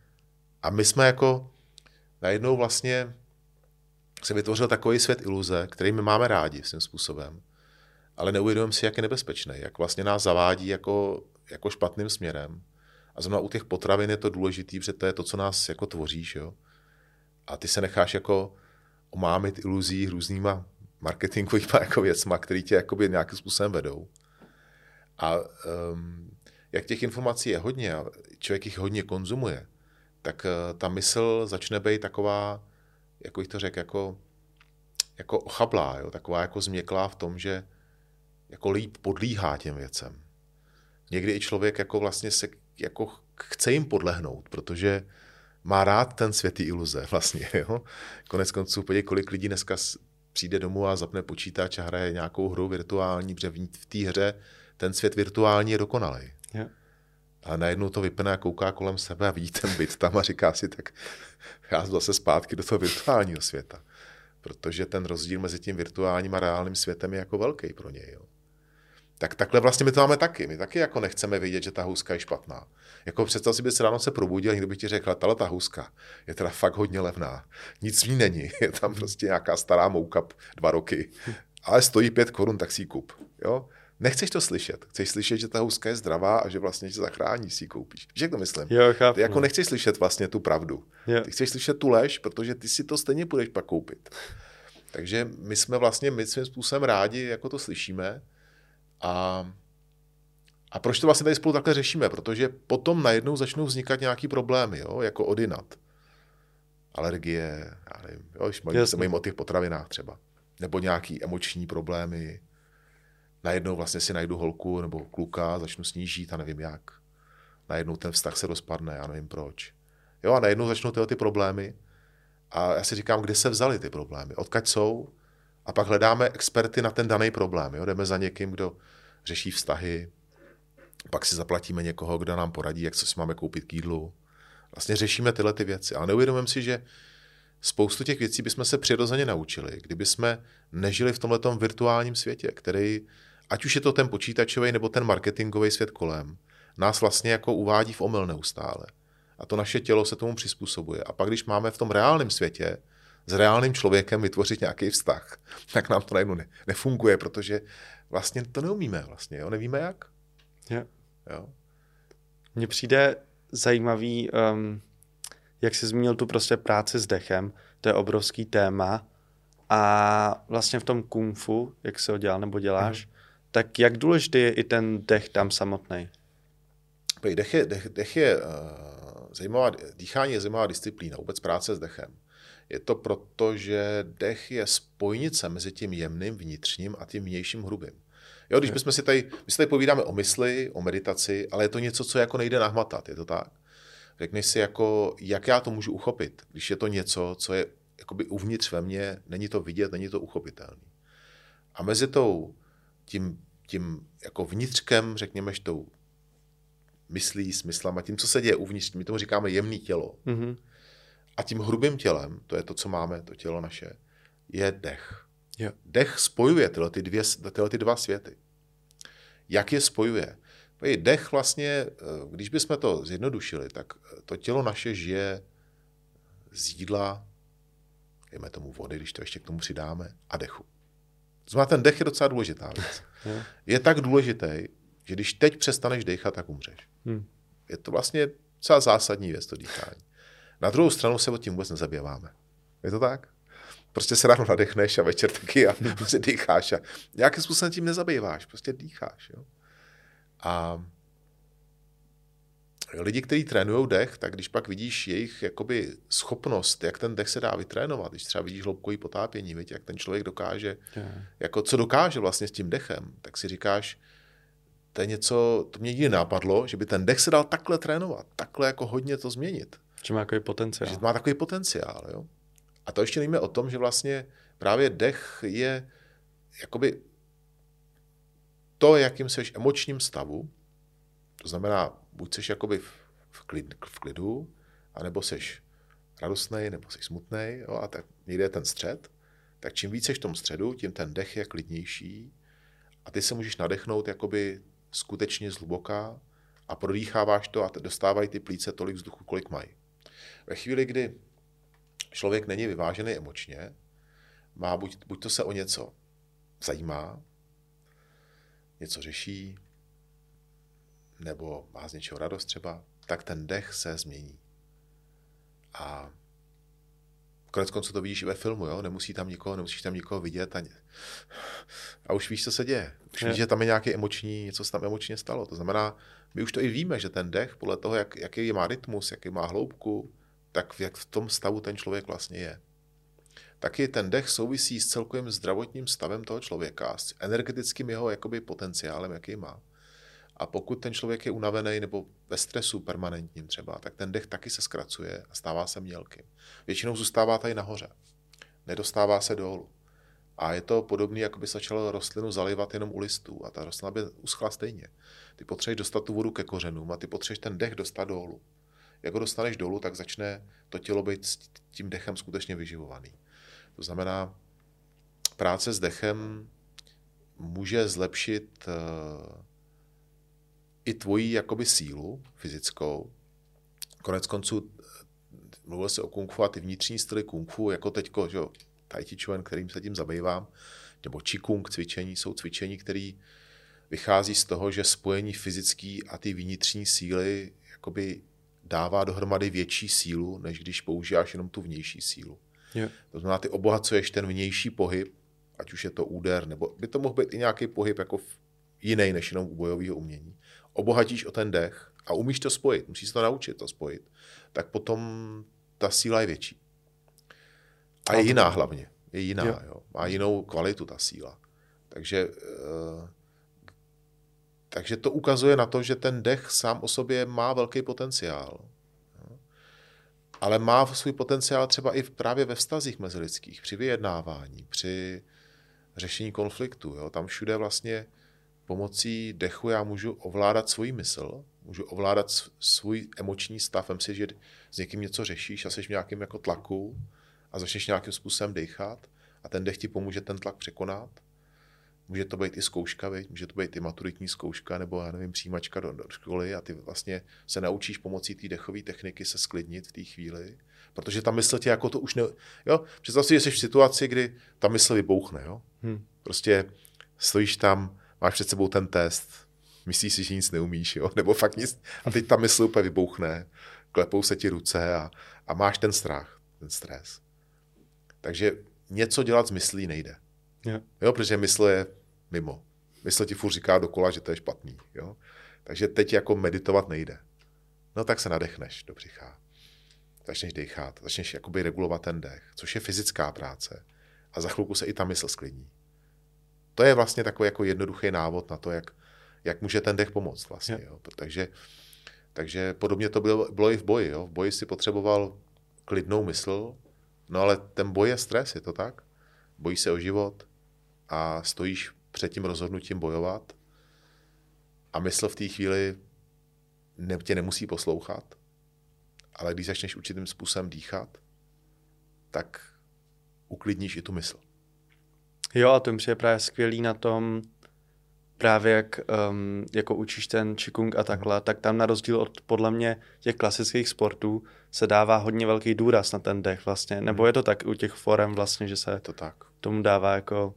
S2: A my jsme jako najednou vlastně se vytvořil takový svět iluze, který my máme rádi svým způsobem, ale neuvědomujeme si, jak je nebezpečný, jak vlastně nás zavádí jako špatným směrem. A zrovna u těch potravin je to důležitý, protože to je to, co nás jako tvoříš. Jo? A ty se necháš jako omámit iluzí různýma marketingovýma jako věcma, který tě jakoby nějakým způsobem vedou. A jak těch informací je hodně a člověk jich hodně konzumuje, tak ta mysl začne být taková, jako jich to řekl, jako ochablá, jo? Taková jako změklá v tom, že jako líp podlíhá těm věcem. Někdy i člověk jako vlastně se jako chce jim podlehnout, protože má rád ten svět iluze vlastně. Jo? Konec konců, podívej, kolik lidí dneska přijde domů a zapne počítač a hraje nějakou hru virtuální, protože v té hře ten svět virtuální je dokonalý. Yeah. A najednou to vypne a kouká kolem sebe a vidí ten byt tam a říká si, tak já jsem zase zpátky do toho virtuálního světa. Protože ten rozdíl mezi tím virtuálním a reálným světem je jako velký pro něj. Jo. Tak takhle vlastně my to máme taky. My taky jako nechceme vidět, že ta houska je špatná. Jako představ si, by se ráno se probudil, někdo by ti řekl, ta houska je teda fakt hodně levná. Nic v ní není. Je tam prostě nějaká stará mouka 2 roky. Ale stojí 5 korun, tak si ji kup. Jo? Nechceš to slyšet. Chceš slyšet, že ta houska je zdravá a že vlastně tě zachrání, si ji koupíš. Víš, jak to myslím?
S1: Jo, chápu.
S2: Ty jako nechceš slyšet vlastně tu pravdu. Jo. Ty chceš slyšet tu lež, protože ty si to stejně budeš pak koupit. Takže my jsme vlastně svým způsobem rádi, jako to slyšíme. A proč to vlastně tady spolu takhle řešíme? Protože potom najednou začnou vznikat nějaký problémy, jo? Jako odinat. Alergie, já nevím, se mluvím o těch potravinách třeba. Nebo nějaký emoční problémy. Najednou vlastně si najdu holku nebo kluka, začnu s ní žít a nevím jak. Najednou ten vztah se rozpadne, já nevím proč. Jo, a najednou začnou ty problémy. A já si říkám, kde se vzaly ty problémy, odkud jsou. A pak hledáme experty na ten daný problém. Jo? Jdeme za někým, kdo řeší vztahy, pak si zaplatíme někoho, kdo nám poradí, jak co si máme koupit k jídlu. Vlastně řešíme tyhle ty věci. Ale neuvědomujeme si, že spoustu těch věcí bychom se přirozeně naučili, kdyby jsme nežili v tomhletom virtuálním světě, který, ať už je to ten počítačový nebo ten marketingový svět kolem, nás vlastně jako uvádí v omyl neustále. A to naše tělo se tomu přizpůsobuje. A pak, když máme v tom reálném světě s reálným člověkem vytvořit nějaký vztah, tak nám to najednou nefunguje, protože vlastně to neumíme vlastně, jo? Nevíme jak. Jo.
S1: Mně přijde zajímavý, jak jsi zmínil tu prostě práci s dechem, to je obrovský téma A vlastně v tom kung fu, jak se ho dělal nebo děláš, tak jak důležitý je i ten dech tam samotný?
S2: Dýchání je zajímavá disciplína, vůbec práce s dechem. Je to proto, že dech je spojnice mezi tím jemným vnitřním a tím vnějším hrubým. Jo, když my si tady povídáme o mysli, o meditaci, ale je to něco, co jako nejde nahmatat, je to tak? Řekni si, jako, jak já to můžu uchopit, když je to něco, co je jakoby uvnitř ve mně, není to vidět, není to uchopitelný. A mezi tím jako vnitřkem, řekněme, tou myslí, smyslama, tím, co se děje uvnitř, my tomu říkáme jemný tělo. Mm-hmm. A tím hrubým tělem, to je to, co máme, to tělo naše, je dech.
S1: Jo.
S2: Dech spojuje tyhle ty dva světy. Jak je spojuje? Dech vlastně, když bychom to zjednodušili, tak to tělo naše žije z jídla, dejme tomu vody, když to ještě k tomu přidáme, a dechu. To znamená, ten dech je docela důležitá věc. Je tak důležitý, že když teď přestaneš dechat, tak umřeš. Je to vlastně docela zásadní věc, to dýchání. Na druhou stranu se o tím vůbec nezabýváme. Je to tak? Prostě se ráno nadechneš a večer taky a prostě dýcháš a nějakým způsobem tím nezabýváš, prostě dýcháš. Jo? A lidi, kteří trénují dech, tak když pak vidíš jejich jakoby schopnost, jak ten dech se dá vytrénovat, když třeba vidíš hloubkový potápění, víš, jak ten člověk dokáže, jako co dokáže vlastně s tím dechem, tak si říkáš, to je něco, to mě nikdy napadlo, že by ten dech se dal takhle trénovat, takhle jako hodně to změnit.
S1: Že má takový potenciál.
S2: Že má takový potenciál, jo. A to ještě nevíme o tom, že vlastně právě dech je jakoby to, jakým seš emočním stavu, to znamená, buď seš jakoby v klidu, anebo seš radostnej, nebo seš smutnej, jo, a tak někde je ten střed, tak čím víc seš v tom středu, tím ten dech je klidnější a ty se můžeš nadechnout jakoby skutečně zhluboka a prodýcháváš to a dostávají ty plíce tolik vzduchu, kolik mají. Ve chvíli, kdy člověk není vyvážený emočně, má buď to se o něco zajímá, něco řeší, nebo má z něčeho radost třeba, tak ten dech se změní. A konec konců to vidíš i ve filmu, jo? Nemusíš tam nikoho vidět a už víš, co se děje. Už víš, že tam je nějaký něco se tam emočně stalo. To znamená, my už to i víme, že ten dech, podle toho, jaký má rytmus, jaký má hloubku, tak jak v tom stavu ten člověk vlastně je. Taky ten dech souvisí s celkovým zdravotním stavem toho člověka, s energetickým jeho jakoby potenciálem, jaký má. A pokud ten člověk je unavený nebo ve stresu permanentním třeba, tak ten dech taky se zkracuje a stává se mělkým. Většinou zůstává tady nahoře. Nedostává se dolů. A je to podobné, jako by začalo rostlinu zalivat jenom u listů a ta rostlina by uschla stejně. Ty potřebuješ dostat tu vodu ke kořenům a ty potřebuješ ten dech dostat dolů. Jak ho dostaneš dolů, tak začne to tělo být s tím dechem skutečně vyživovaný. To znamená, práce s dechem může zlepšit i tvoji jakoby sílu fyzickou. Konec konců mluvil se o kung fu a ty vnitřní styly kung fu, jako teďko, že tai chi chuan, kterým se tím zabývám, nebo qigong cvičení, jsou cvičení, které vychází z toho, že spojení fyzický a ty vnitřní síly jakoby dává dohromady větší sílu, než když používáš jenom tu vnější sílu.
S1: Yeah.
S2: To znamená, ty obohacuješ ten vnější pohyb, ať už je to úder, nebo by to mohl být i nějaký pohyb jako jiný než jenom u bojového umění. Obohatíš o ten dech a umíš to spojit, musíš se to naučit to spojit, tak potom ta síla je větší. A je jiná hlavně. Je jiná, jo. Má jinou kvalitu ta síla. Takže to ukazuje na to, že ten dech sám o sobě má velký potenciál. Ale má svůj potenciál třeba i právě ve vztazích mezilidských, při vyjednávání, při řešení konfliktu. Jo. Tam všude vlastně pomocí dechu já můžu ovládat svůj mysl, můžu ovládat svůj emoční stav. Vem si, že s někým něco řešíš a jsi v nějakém jako tlaku a začneš nějakým způsobem dechat a ten dech ti pomůže ten tlak překonat. Může to být i zkouška, může to být i maturitní zkouška nebo, já nevím, přijímačka do školy a ty vlastně se naučíš pomocí té dechové techniky se sklidnit v té chvíli, protože ta mysl tě jako to už ne... Jo? Představ si, že jsi v situaci, kdy ta mysl vybouchne. Jo? Prostě stojíš tam, máš před sebou ten test, myslíš si, že nic neumíš, jo? Nebo fakt nic. A teď ta mysl úplně vybouchne, klepou se ti ruce a máš ten strach, ten stres. Takže něco dělat s myslí nejde. Jo, protože mysl je mimo. Mysl ti furt říká dokola, že to je špatný. Jo? Takže teď jako meditovat nejde. No tak se nadechneš do břicha. Začneš dechat, začneš jakoby regulovat ten dech, což je fyzická práce. A za chvilku se i ta mysl sklidní. To je vlastně takový jako jednoduchý návod na to, jak může ten dech pomoct vlastně. Jo? Takže podobně to bylo i v boji. Jo? V boji si potřeboval klidnou mysl, no ale ten boj je stres, je to tak? Bojíš se o život a stojíš před tím rozhodnutím bojovat a mysl v té chvíli tě nemusí poslouchat, ale když začneš určitým způsobem dýchat, tak uklidníš i tu mysl.
S1: Jo, a to mi přijde právě skvělý na tom, právě jak jako učíš ten Qigong a takhle, tak tam na rozdíl od podle mě těch klasických sportů se dává hodně velký důraz na ten dech vlastně. Nebo je to tak u těch forem vlastně, že se
S2: to tak.
S1: tomu dává jako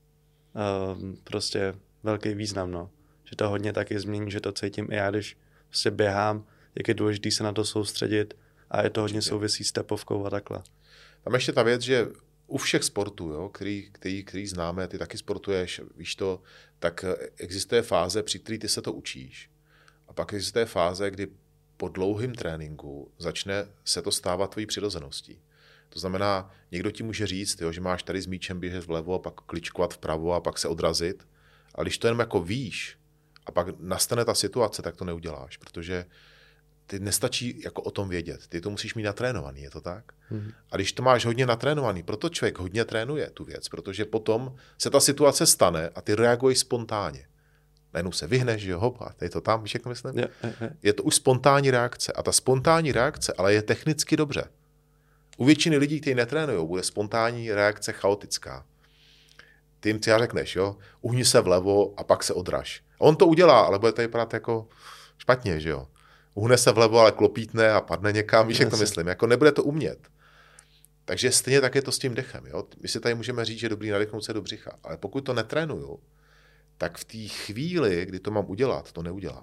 S1: prostě velký význam, no. Že to hodně taky změní, že to cítím i já, když prostě běhám, jak je důležité se na to soustředit a je to hodně souvisí s tepovkou a takhle.
S2: Tam ještě ta věc, že u všech sportů, jo, který známe, ty taky sportuješ, víš to, tak existuje fáze, při které ty se to učíš. A pak existuje fáze, kdy po dlouhém tréninku začne se to stávat tvojí přirozeností. To znamená, někdo ti může říct, jo, že máš tady s míčem běžet vlevo a pak kličkovat vpravo a pak se odrazit. Ale když to jenom jako víš a pak nastane ta situace, tak to neuděláš, protože ty nestačí jako o tom vědět. Ty to musíš mít natrénovaný, je to tak? A když to máš hodně natrénovaný, proto člověk hodně trénuje tu věc, protože potom se ta situace stane a ty reaguješ spontánně. Najednou se vyhneš, že jo, hop, a je to tam, víš, jak to myslím? Je to už spontánní reakce. A ta spontánní reakce, ale je technicky dobře. U většiny lidí, kteří netrénují, bude spontánní reakce chaotická. Ty jim třeba řekneš, jo, uhni se vlevo a pak se odraž. A on to udělá, ale bude to vypadat jako špatně, že jo. Uhne se vlevo, ale klopítne a padne někam, víš, jak to myslím. Jako nebude to umět. Takže stejně tak je to s tím dechem. Jo? My si tady můžeme říct, že je dobrý nadechnout se do břicha, ale pokud to netrénuju, tak v té chvíli, kdy to mám udělat, to neudělám.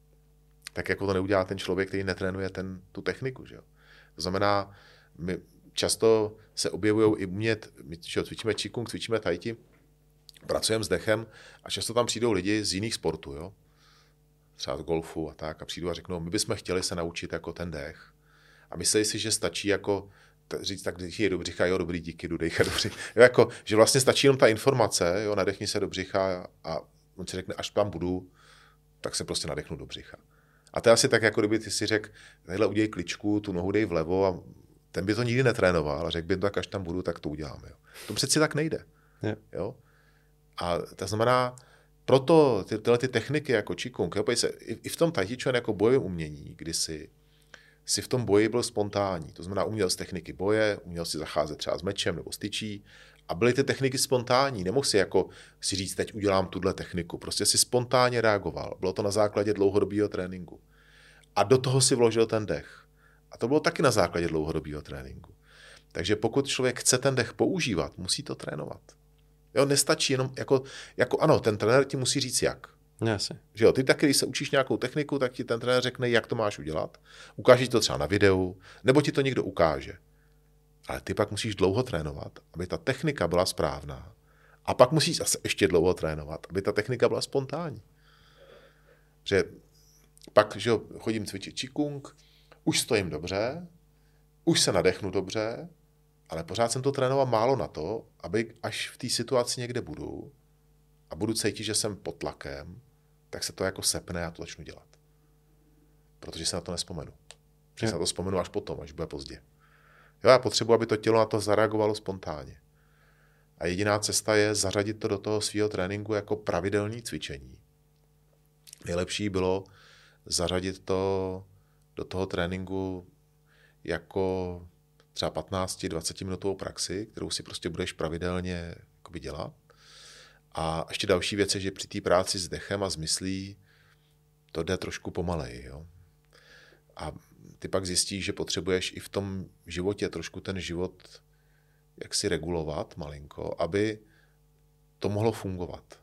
S2: Tak jako to neudělá ten člověk, který netrénuje tu techniku. Že jo? To znamená, my často se objevují i umět, my cvičíme Qigong, cvičíme Tai Chi, pracujeme s dechem a často tam přijdou lidi z jiných sportů, jo? Třeba z golfu a tak, a přijdu a řeknou, my bychom chtěli se naučit jako ten dech. A myslí si, že stačí jako říct, tak když je do břicha, jo, dobrý, díky, jdu dechat do břicha. Jo, jako, že vlastně stačí jenom ta informace, jo, nadechni se do břicha a on si řekne, až tam budu, tak se prostě nadechnu do břicha. A to je asi tak, jako kdyby ty si řekl, tadyhle udělej kličku, tu nohu dej vlevo a ten by to nikdy netrénoval a řekl by, tak až tam budu, tak to uděláme. Jo. To přeci tak nejde. Jo. A to znamená, proto tyhle techniky jako Qigong, jo, i v tom Tai Chi Chuan jako bojovém umění, kdy si v tom boji byl spontánní. To znamená, uměl z techniky boje, uměl si zacházet třeba s mečem nebo s tyčí a byly ty techniky spontánní. Nemohl si jako si říct, teď udělám tuhle techniku. Prostě si spontánně reagoval. Bylo to na základě dlouhodobého tréninku. A do toho si vložil ten dech. A to bylo taky na základě dlouhodobého tréninku. Takže pokud člověk chce ten dech používat, musí to trénovat. Jo, nestačí jenom, jako ano, ten trenér ti musí říct jak.
S1: Jasně.
S2: Že jo, ty taky, když se učíš nějakou techniku, tak ti ten trenér řekne, jak to máš udělat. Ukáže ti to třeba na videu, nebo ti to někdo ukáže. Ale ty pak musíš dlouho trénovat, aby ta technika byla správná. A pak musíš zase ještě dlouho trénovat, aby ta technika byla spontánní. Že pak, že jo, chodím cvičit Qigong, už stojím dobře, už se nadechnu dobře, ale pořád jsem to trénoval málo na to, aby až v té situaci někde budu a budu cítit, že jsem pod tlakem, tak se to jako sepne a to začnu dělat. Protože se na to nespomenu. Že se na to vzpomenu až potom, až bude pozdě. Jo, já potřebuji, aby to tělo na to zareagovalo spontánně. A jediná cesta je zařadit to do toho svého tréninku jako pravidelné cvičení. Nejlepší bylo zařadit to do toho tréninku jako třeba 15-20 minutovou praxi, kterou si prostě budeš pravidelně dělat. A ještě další věc je, že při té práci s dechem a s myslí to jde trošku pomaleji. Jo? A ty pak zjistíš, že potřebuješ i v tom životě trošku ten život jak si regulovat malinko, aby to mohlo fungovat.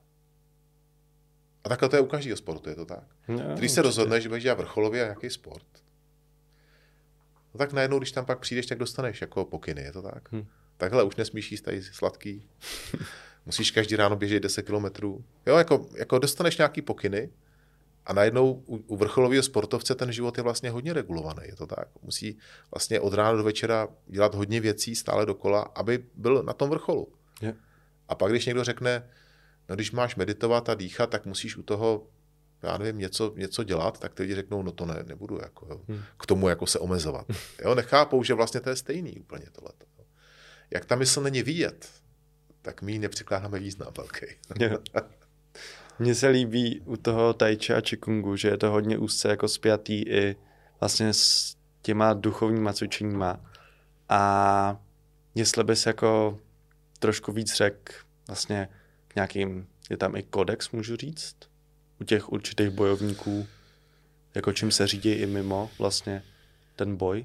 S2: A takhle to je u každého sportu, je to tak?
S1: No,
S2: když se rozhodneš, že budeš dělat vrcholově a jaký sport, no tak najednou, když tam pak přijdeš, tak dostaneš jako pokyny, je to tak? takhle už nesmíš jíst tady sladký, musíš každý ráno běžet 10 kilometrů. Jo, jako dostaneš nějaký pokyny a najednou u vrcholového sportovce ten život je vlastně hodně regulovaný, je to tak. Musí vlastně od rána do večera dělat hodně věcí stále dokola, aby byl na tom vrcholu.
S1: Yeah.
S2: A pak, když někdo řekne, no když máš meditovat a dýchat, tak musíš u toho, já nevím, něco dělat, tak ty lidi řeknou, no to nebudu jako, jo, k tomu jako se omezovat. Jo, nechápou, že vlastně to je stejný úplně tohleto. Jak ta mysl není vidět, tak my ji nepřikládáme význam velký.
S1: Mně se líbí u toho tai chi a qigongu, že je to hodně úzce jako spjatý i vlastně s těma duchovníma cvičeníma. A jestli bys jako trošku víc řekl vlastně nějakým, je tam i kodex, můžu říct, u těch určitých bojovníků, jako čím se řídí i mimo vlastně ten boj?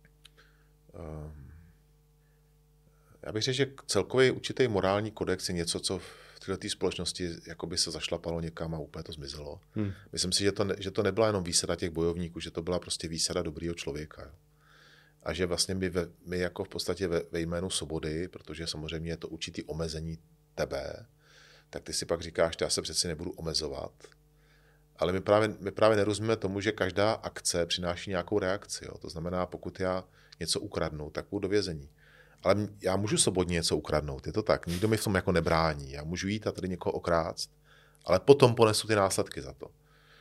S2: Já bych řekl, že celkově určitý morální kodex je něco, co v této společnosti jakoby se zašlapalo někam a úplně to zmizelo. Myslím si, že to nebyla jenom výsada těch bojovníků, že to byla prostě výsada dobrýho člověka. Jo. A že vlastně my jako v podstatě ve jménu svobody, protože samozřejmě je to určitý omezení tebe, tak ty si pak říkáš, já se přeci nebudu omezovat. Ale my právě nerozumíme tomu, že každá akce přináší nějakou reakci. Jo. To znamená, pokud já něco ukradnu, tak půjdu do vězení. Ale já můžu svobodně něco ukradnout, je to tak. Nikdo mi v tom jako nebrání. Já můžu jít a tady někoho okrást, ale potom ponesu ty následky za to.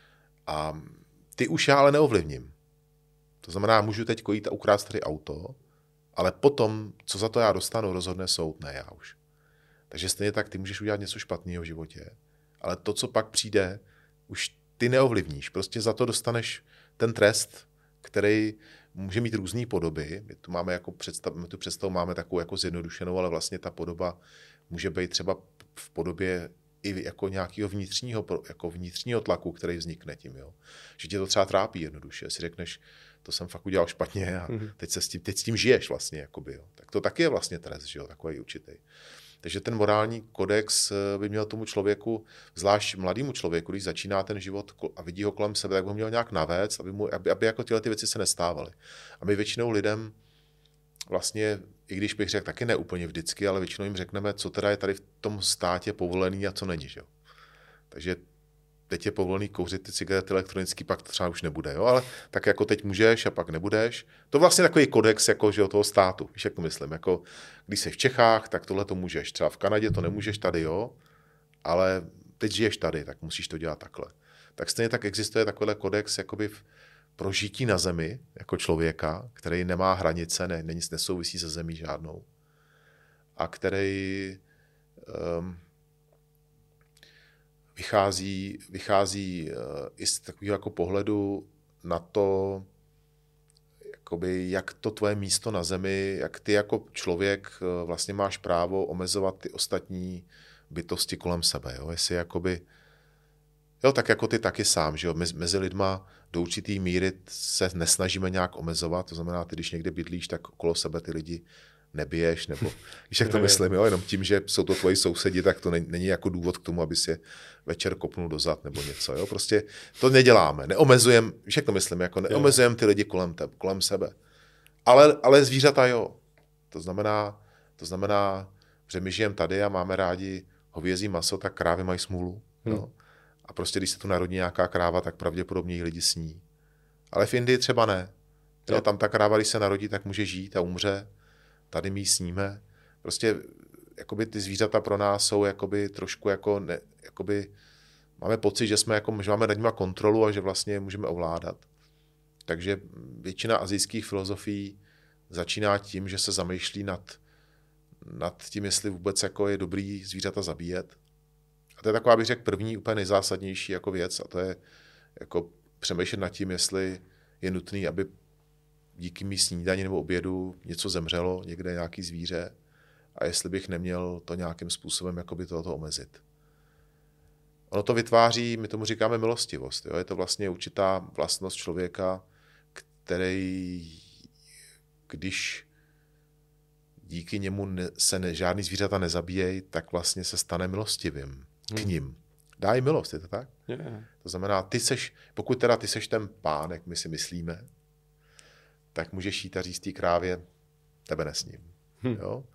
S2: A ty už já ale neovlivním. To znamená, můžu teď jít a ukrást tady auto, ale potom, co za to já dostanu, rozhodne soud, ne já už. Takže stejně tak ty můžeš udělat něco špatného v životě, ale to, co pak přijde, už ty neovlivníš. Prostě za to dostaneš ten trest, který může mít různé podoby. My tu máme jako představu máme takovou jako zjednodušenou, ale vlastně ta podoba může být třeba v podobě i jako nějakého vnitřního tlaku, který vznikne tím. Jo. Že tě to třeba trápí jednoduše. Si řekneš, to jsem fakt udělal špatně a teď s tím žiješ vlastně. Jakoby, jo. Tak to taky je vlastně trest, že jo, takový určitý. Takže ten morální kodex by měl tomu člověku, zvlášť mladému člověku, když začíná ten život a vidí ho kolem sebe, tak by ho měl nějak navést, aby jako tyhle ty věci se nestávaly. A my většinou lidem vlastně, i když bych řekl taky ne úplně vždycky, ale většinou jim řekneme, co teda je tady v tom státě povolený a co není. Že? Takže teď je povolený kouřit ty cigarety elektronický, pak to třeba už nebude. Jo? Ale tak jako teď můžeš a pak nebudeš. To vlastně takový kodex jako, že, toho státu. Víš, jak to myslím? Jako, když jsi v Čechách, tak tohle to můžeš. Třeba v Kanadě to nemůžeš tady, jo. Ale teď žiješ tady, tak musíš to dělat takhle. Tak stejně tak existuje takovýhle kodex jakoby pro žití na zemi jako člověka, který nemá hranice, nesouvisí se zemí žádnou. A který vychází i z takového jako pohledu na to, jakoby, jak to tvoje místo na zemi, jak ty jako člověk vlastně máš právo omezovat ty ostatní bytosti kolem sebe. Jo? Jestli jakoby, jo, tak jako ty taky sám, že jo? Mezi lidma do určitý míry se nesnažíme nějak omezovat, to znamená, ty když někde bydlíš, tak okolo sebe ty lidi nebiješ, nebo víš, jak to myslím, jo? Jenom tím, že jsou to tvoji sousedi, tak to není jako důvod k tomu, aby si je večer kopnul do zad nebo něco. Jo? Prostě to neděláme, neomezujeme, víš, jak to myslím, jako neomezujeme ty lidi kolem sebe. Ale zvířata jo. To znamená, že my žijeme tady a máme rádi hovězí maso, tak krávy mají smůlu. Jo? A prostě, když se tu narodí nějaká kráva, tak pravděpodobně jí lidi sní. Ale v Indii třeba ne. Jo? Tam ta kráva, když se narodí, tak může žít a umře. Tady my ji sníme. Prostě jakoby ty zvířata pro nás jsou jakoby trošku jako máme pocit, že že máme nad nimi kontrolu a že vlastně můžeme ovládat. Takže většina asijských filozofií začíná tím, že se zamýšlí nad tím, jestli vůbec jako je dobrý zvířata zabíjet. A to je taková, bych řekl, první úplně nejzásadnější jako věc a to je jako přemýšlet nad tím, jestli je nutný, aby díky mý snídani nebo obědu něco zemřelo, někde nějaký zvíře a jestli bych neměl to nějakým způsobem jakoby tohoto omezit. Ono to vytváří, my tomu říkáme milostivost. Jo? Je to vlastně určitá vlastnost člověka, který, když díky němu žádný zvířata nezabíjejí, tak vlastně se stane milostivým k ním. Dá jim milost, je to tak?
S1: Yeah.
S2: To znamená, pokud teda ty seš ten pán, jak my si myslíme, tak můžeš jít a říct té krávě, tebe nesním. Jo?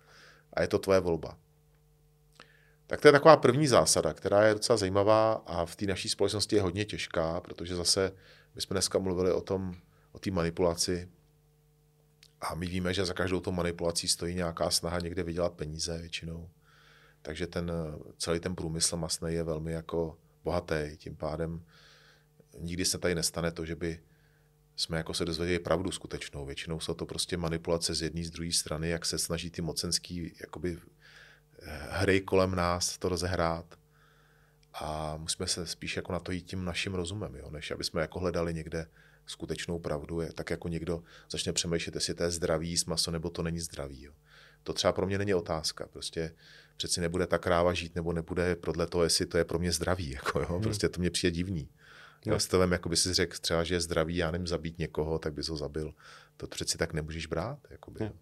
S2: a je to tvoje volba. Tak to je taková první zásada, která je docela zajímavá a v té naší společnosti je hodně těžká, protože zase my jsme dneska mluvili o té manipulaci a my víme, že za každou tou manipulací stojí nějaká snaha někde vydělat peníze většinou. Takže celý ten průmysl masný je velmi jako bohatý. Tím pádem nikdy se tady nestane to, že by jsme jako se dozvěděli pravdu skutečnou. Většinou jsou to prostě manipulace z jedné, z druhé strany, jak se snaží ty mocenský jakoby hry kolem nás to rozehrát. A musíme se spíš jako na to jít tím naším rozumem, jo? Než aby jsme jako hledali někde skutečnou pravdu. Je tak jako někdo začne přemýšlet, jestli to je zdravý jíst maso, nebo to není zdravý. Jo? To třeba pro mě není otázka. Prostě přeci nebude ta kráva žít, nebo nebude podle toho, jestli to je pro mě zdravý. Jako, jo? Prostě to mě přijde divný. Stavem, jako by si řekl třeba, že je zdravý, já nevím, zabít někoho, tak bys ho zabil. To přeci tak nemůžeš brát. Jakoby.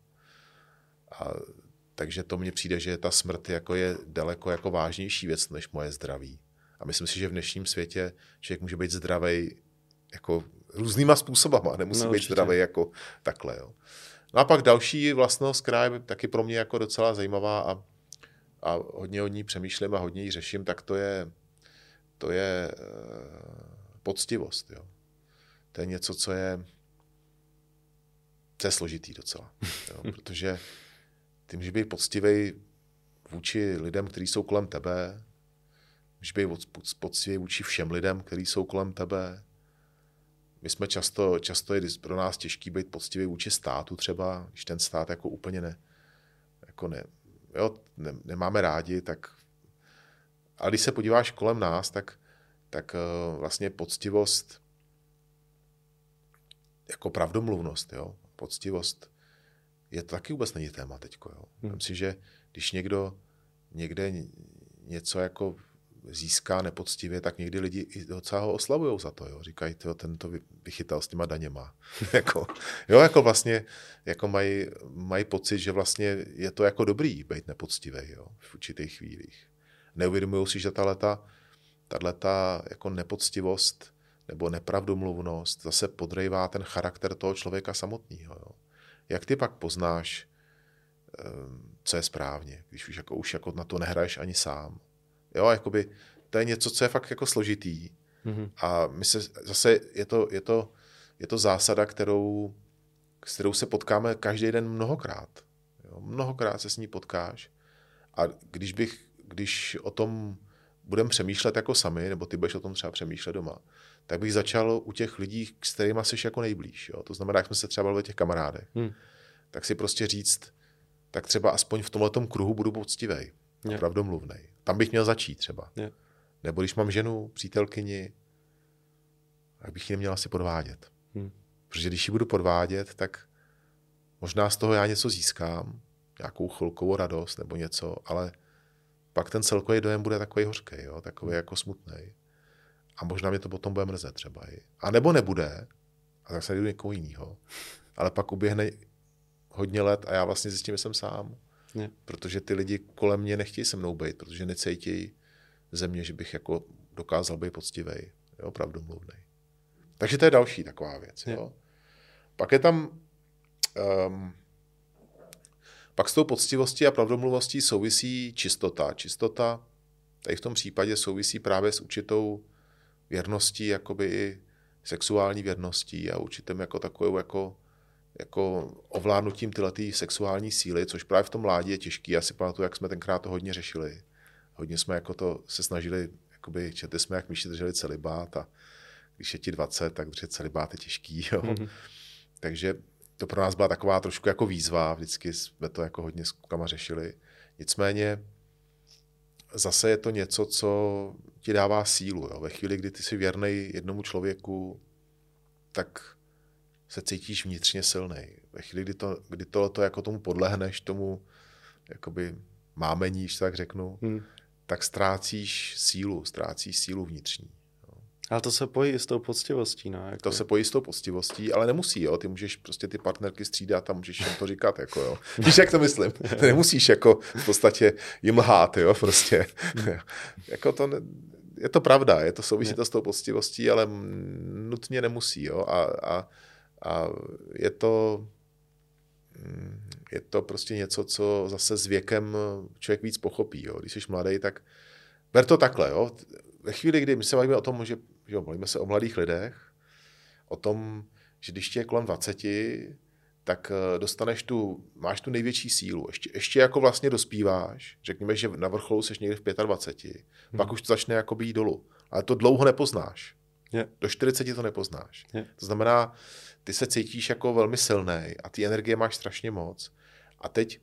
S2: Takže to mně přijde, že ta smrt jako je daleko jako vážnější věc, než moje zdraví. A myslím si, že v dnešním světě člověk může být zdravý jako různýma způsobama. Nemusí být zdravý jako takhle. Jo. No a pak další vlastnost, která je taky pro mě jako docela zajímavá a hodně o ní přemýšlím a hodně ji řeším, tak to je poctivost. Jo. To je něco, co je složitý docela. Jo, protože ty můžeš být poctivý vůči lidem, kteří jsou kolem tebe, můžeš být poctivý vůči všem lidem, kteří jsou kolem tebe. My jsme často je pro nás těžký být poctivý vůči státu třeba, když ten stát jako úplně nemáme rádi, tak ale když se podíváš kolem nás, tak vlastně poctivost jako pravdomluvnost, jo? Poctivost je to taky vůbec není téma teďko. Jo? Myslím si, že když někde něco jako získá nepoctivě, tak někdy lidi i docela ho oslavujou za to. Jo? Říkají, ten to vychytal s těma daněma. jako vlastně jako mají pocit, že vlastně je to jako dobrý být nepoctivý, jo? V určitých chvílích. Neuvědomují si, že tato jako nepoctivost nebo nepravdomluvnost zase podrývá ten charakter toho člověka samotného. Jo? Jak ty pak poznáš, co je správně, když už jako na to nehraješ ani sám? Jo, jakoby, to je něco, co je fakt jako složitý. Mm-hmm. A zase je to zásada, s kterou se potkáme každý den mnohokrát. Jo, mnohokrát se s ní potkáš. A když o tom budeme přemýšlet jako sami, nebo ty budeš o tom třeba přemýšlet doma, tak bych začal u těch lidí, s kterými jsi jako nejblíž. Jo? To znamená, jak jsme se třeba bavili o těch kamarádech, tak si prostě říct, tak třeba aspoň v tomhletom kruhu budu poctivej a pravdomluvnej. Tam bych měl začít třeba. Yeah. Nebo když mám ženu, přítelkyni, tak bych ji neměl asi podvádět. Protože když ji budu podvádět, tak možná z toho já něco získám, nějakou chvilkovou radost nebo něco, ale pak ten celkový dojem bude takový hořký, jo? Takový jako smutný. A možná mě to potom bude mrzet třeba. A nebo nebude, a tak se jdu někoho jiného. Ale pak uběhne hodně let a já vlastně zjistím, že jsem sám. Ne. Protože ty lidi kolem mě nechtějí se mnou být, protože necítějí ze mě, že bych jako dokázal být poctivej, jo, pravdomluvnej. Takže to je další taková věc. Jo. Pak je tam pak s tou poctivostí a pravdomluvostí souvisí čistota. Čistota tady v tom případě souvisí právě s určitou věrností, jakoby i sexuální věrností a určitým jako takovou jako ovládnutím tyhletý sexuální síly, což právě v tom mládí je těžký. Já si pamatuju, jak jsme tenkrát to hodně řešili. Hodně jsme jako to se snažili, jakoby četli jsme, jak myši drželi celibát a když je ti 20, tak držet celibát je těžký. Jo? Mm-hmm. Takže to pro nás byla taková trošku jako výzva, vždycky jsme to jako hodně s klukama řešili. Nicméně zase je to něco, co ti dává sílu. Jo? Ve chvíli, kdy ty jsi věrnej jednomu člověku, tak se cítíš vnitřně silnej. Ve chvíli, kdy tohleto jako tomu podlehneš, tomu jakoby mámení, když tak řeknu, tak ztrácíš sílu vnitřní. Jo.
S1: Ale to se pojí i s tou poctivostí. No, jako...
S2: To se pojí s tou poctivostí, ale nemusí. Jo. Ty můžeš prostě ty partnerky střídat a můžeš jim to říkat. Jako, jo. Víš, jak to myslím? Ty nemusíš jako v podstatě jim lhát. Jo, prostě. Jako to je to pravda, je to souvisí to s tou poctivostí, ale nutně nemusí. Jo. A je to je to prostě něco, co zase s věkem člověk víc pochopí. Jo. Když jsi mladý, tak ber to takhle. Jo. Ve chvíli, kdy my se bavíme o tom, že bavíme se o mladých lidech, o tom, že když ti je kolem 20, tak máš tu největší sílu. Ještě jako vlastně dospíváš, řekněme, že na vrcholu seš někde v 25, pak už to začne jako být dolů. Ale to dlouho nepoznáš.
S1: Yeah.
S2: Do 40 to nepoznáš.
S1: Yeah.
S2: To znamená, ty se cítíš jako velmi silnej a ty energie máš strašně moc. A teď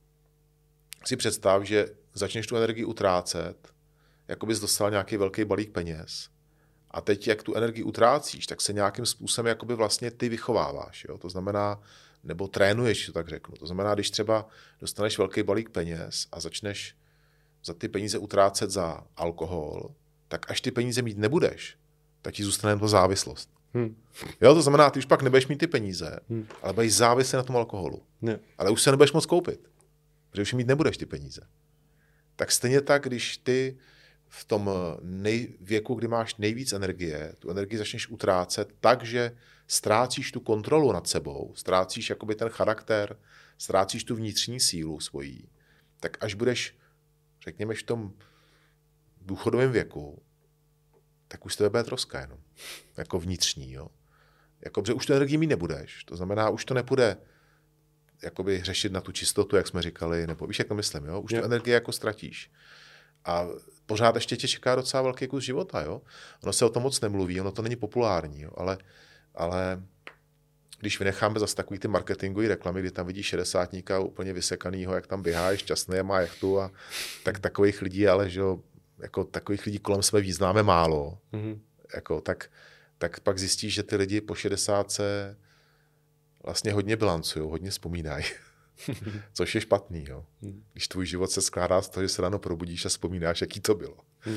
S2: si představ, že začneš tu energii utrácet, jako bys dostal nějaký velký balík peněz. A teď, jak tu energii utrácíš, tak se nějakým způsobem jakoby vlastně ty vychováváš. Jo? To znamená, nebo trénuješ, to tak řeknu. To znamená, když třeba dostaneš velký balík peněz a začneš za ty peníze utrácet za alkohol, tak až ty peníze mít nebudeš, tak ti zůstane to závislost. Jo, to znamená, ty už pak nebudeš mít ty peníze, ale budeš závislý na tom alkoholu.
S1: Ne.
S2: Ale už se nebudeš moc koupit, protože už mít nebudeš ty peníze. Tak stejně tak, když ty v tom věku, kdy máš nejvíc energie, tu energii začneš utrácet tak, že ztrácíš tu kontrolu nad sebou, ztrácíš jakoby ten charakter, ztrácíš tu vnitřní sílu svojí, tak až budeš, řekněme, v tom důchodovém věku, tak už z tebe bude troska jenom. Jako vnitřní, jo. Jako, že už tu energii mít nebudeš. To znamená, už to nepůjde jakoby řešit na tu čistotu, jak jsme říkali, nebo víš, jak to myslím, jo. Už tu energii jako ztratíš. A pořád ještě tě čeká docela velký kus života, jo. Ono se o tom moc nemluví, ono to není populární, jo. Ale když vynecháme zase takový ty marketingový reklamy, kdy tam vidíš šedesátníka úplně vysekanýho, jak tam běhá, je šťastný a má jachtu a tak takových lidí, ale že jo, jako takových lidí kolem sebe známe málo, jako, tak pak zjistíš, že ty lidi po 60 vlastně hodně bilancují, hodně vzpomínají, což je špatný. Jo. Když tvůj život se skládá z toho, že se ráno probudíš a vzpomínáš, jaký to bylo.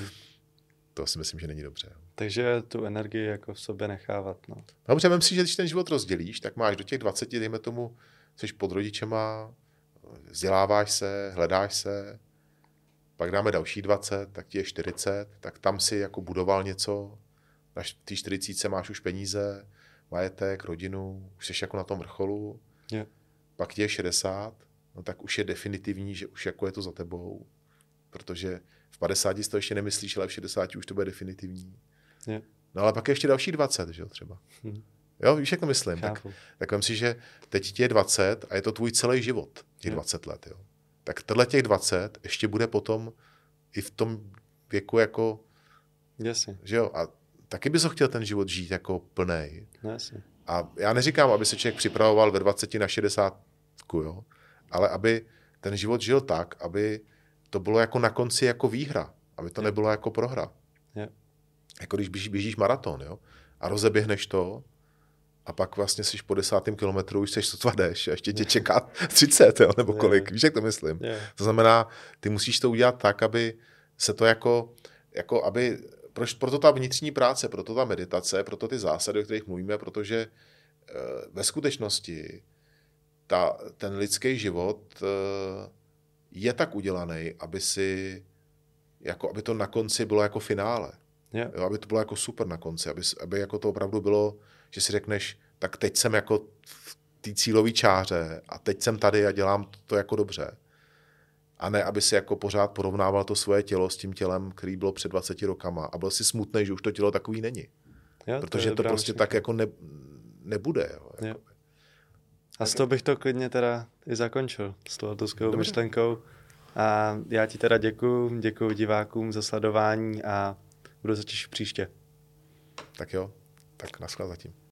S2: To si myslím, že není dobře. Jo.
S1: Takže tu energii jako v sobě nechávat. No.
S2: Dobře, vem si, že když ten život rozdělíš, tak máš do těch 20, dejme tomu, jsi pod rodičema, vzděláváš se, hledáš se, pak dáme další 20, tak ti je 40, tak tam si jako budoval něco, na té 40 máš už peníze, majetek, rodinu, už jsi jako na tom vrcholu, pak ti je 60, no tak už je definitivní, že už jako je to za tebou, protože v 50 to ještě nemyslíš, ale v 60 už to bude definitivní. No ale pak je ještě další 20, že jo, třeba. Jo, víš, jak to myslím? Tak vem si, že teď ti je 20 a je to tvůj celý život, těch 20 let, jo. Tak tohle těch 20 ještě bude potom i v tom věku jako...
S1: Jasně.
S2: Že jo, a taky bys ho chtěl ten život žít jako plnej.
S1: Jasně.
S2: A já neříkám, aby se člověk připravoval ve 20 na 60, jo, ale aby ten život žil tak, aby to bylo jako na konci jako výhra, aby to nebylo jako prohra. Jako když běžíš maraton, jo, a rozeběhneš to, a pak vlastně jsi po 10. kilometru, už jsi sotva jdeš a ještě tě čeká 30, jo, nebo kolik, víš, jak to myslím. To znamená, ty musíš to udělat tak, aby se to jako aby, proto ta vnitřní práce, proto ta meditace, proto ty zásady, o kterých mluvíme, protože ve skutečnosti ten lidský život je tak udělaný, aby to na konci bylo jako finále. Jo, aby to bylo jako super na konci, aby jako to opravdu bylo, že si řekneš, tak teď jsem jako v té cílové čáře a teď jsem tady a dělám to jako dobře. A ne, aby si jako pořád porovnával to svoje tělo s tím tělem, který bylo před 20 rokama a byl si smutný, že už to tělo takový není. Protože to prostě tak jako nebude. Jo.
S1: A z toho bych to klidně teda i zakončil, s touto skvělou myšlenkou. A já ti teda děkuju divákům za sledování a budu se těšit příště.
S2: Tak jo, tak naschle zatím.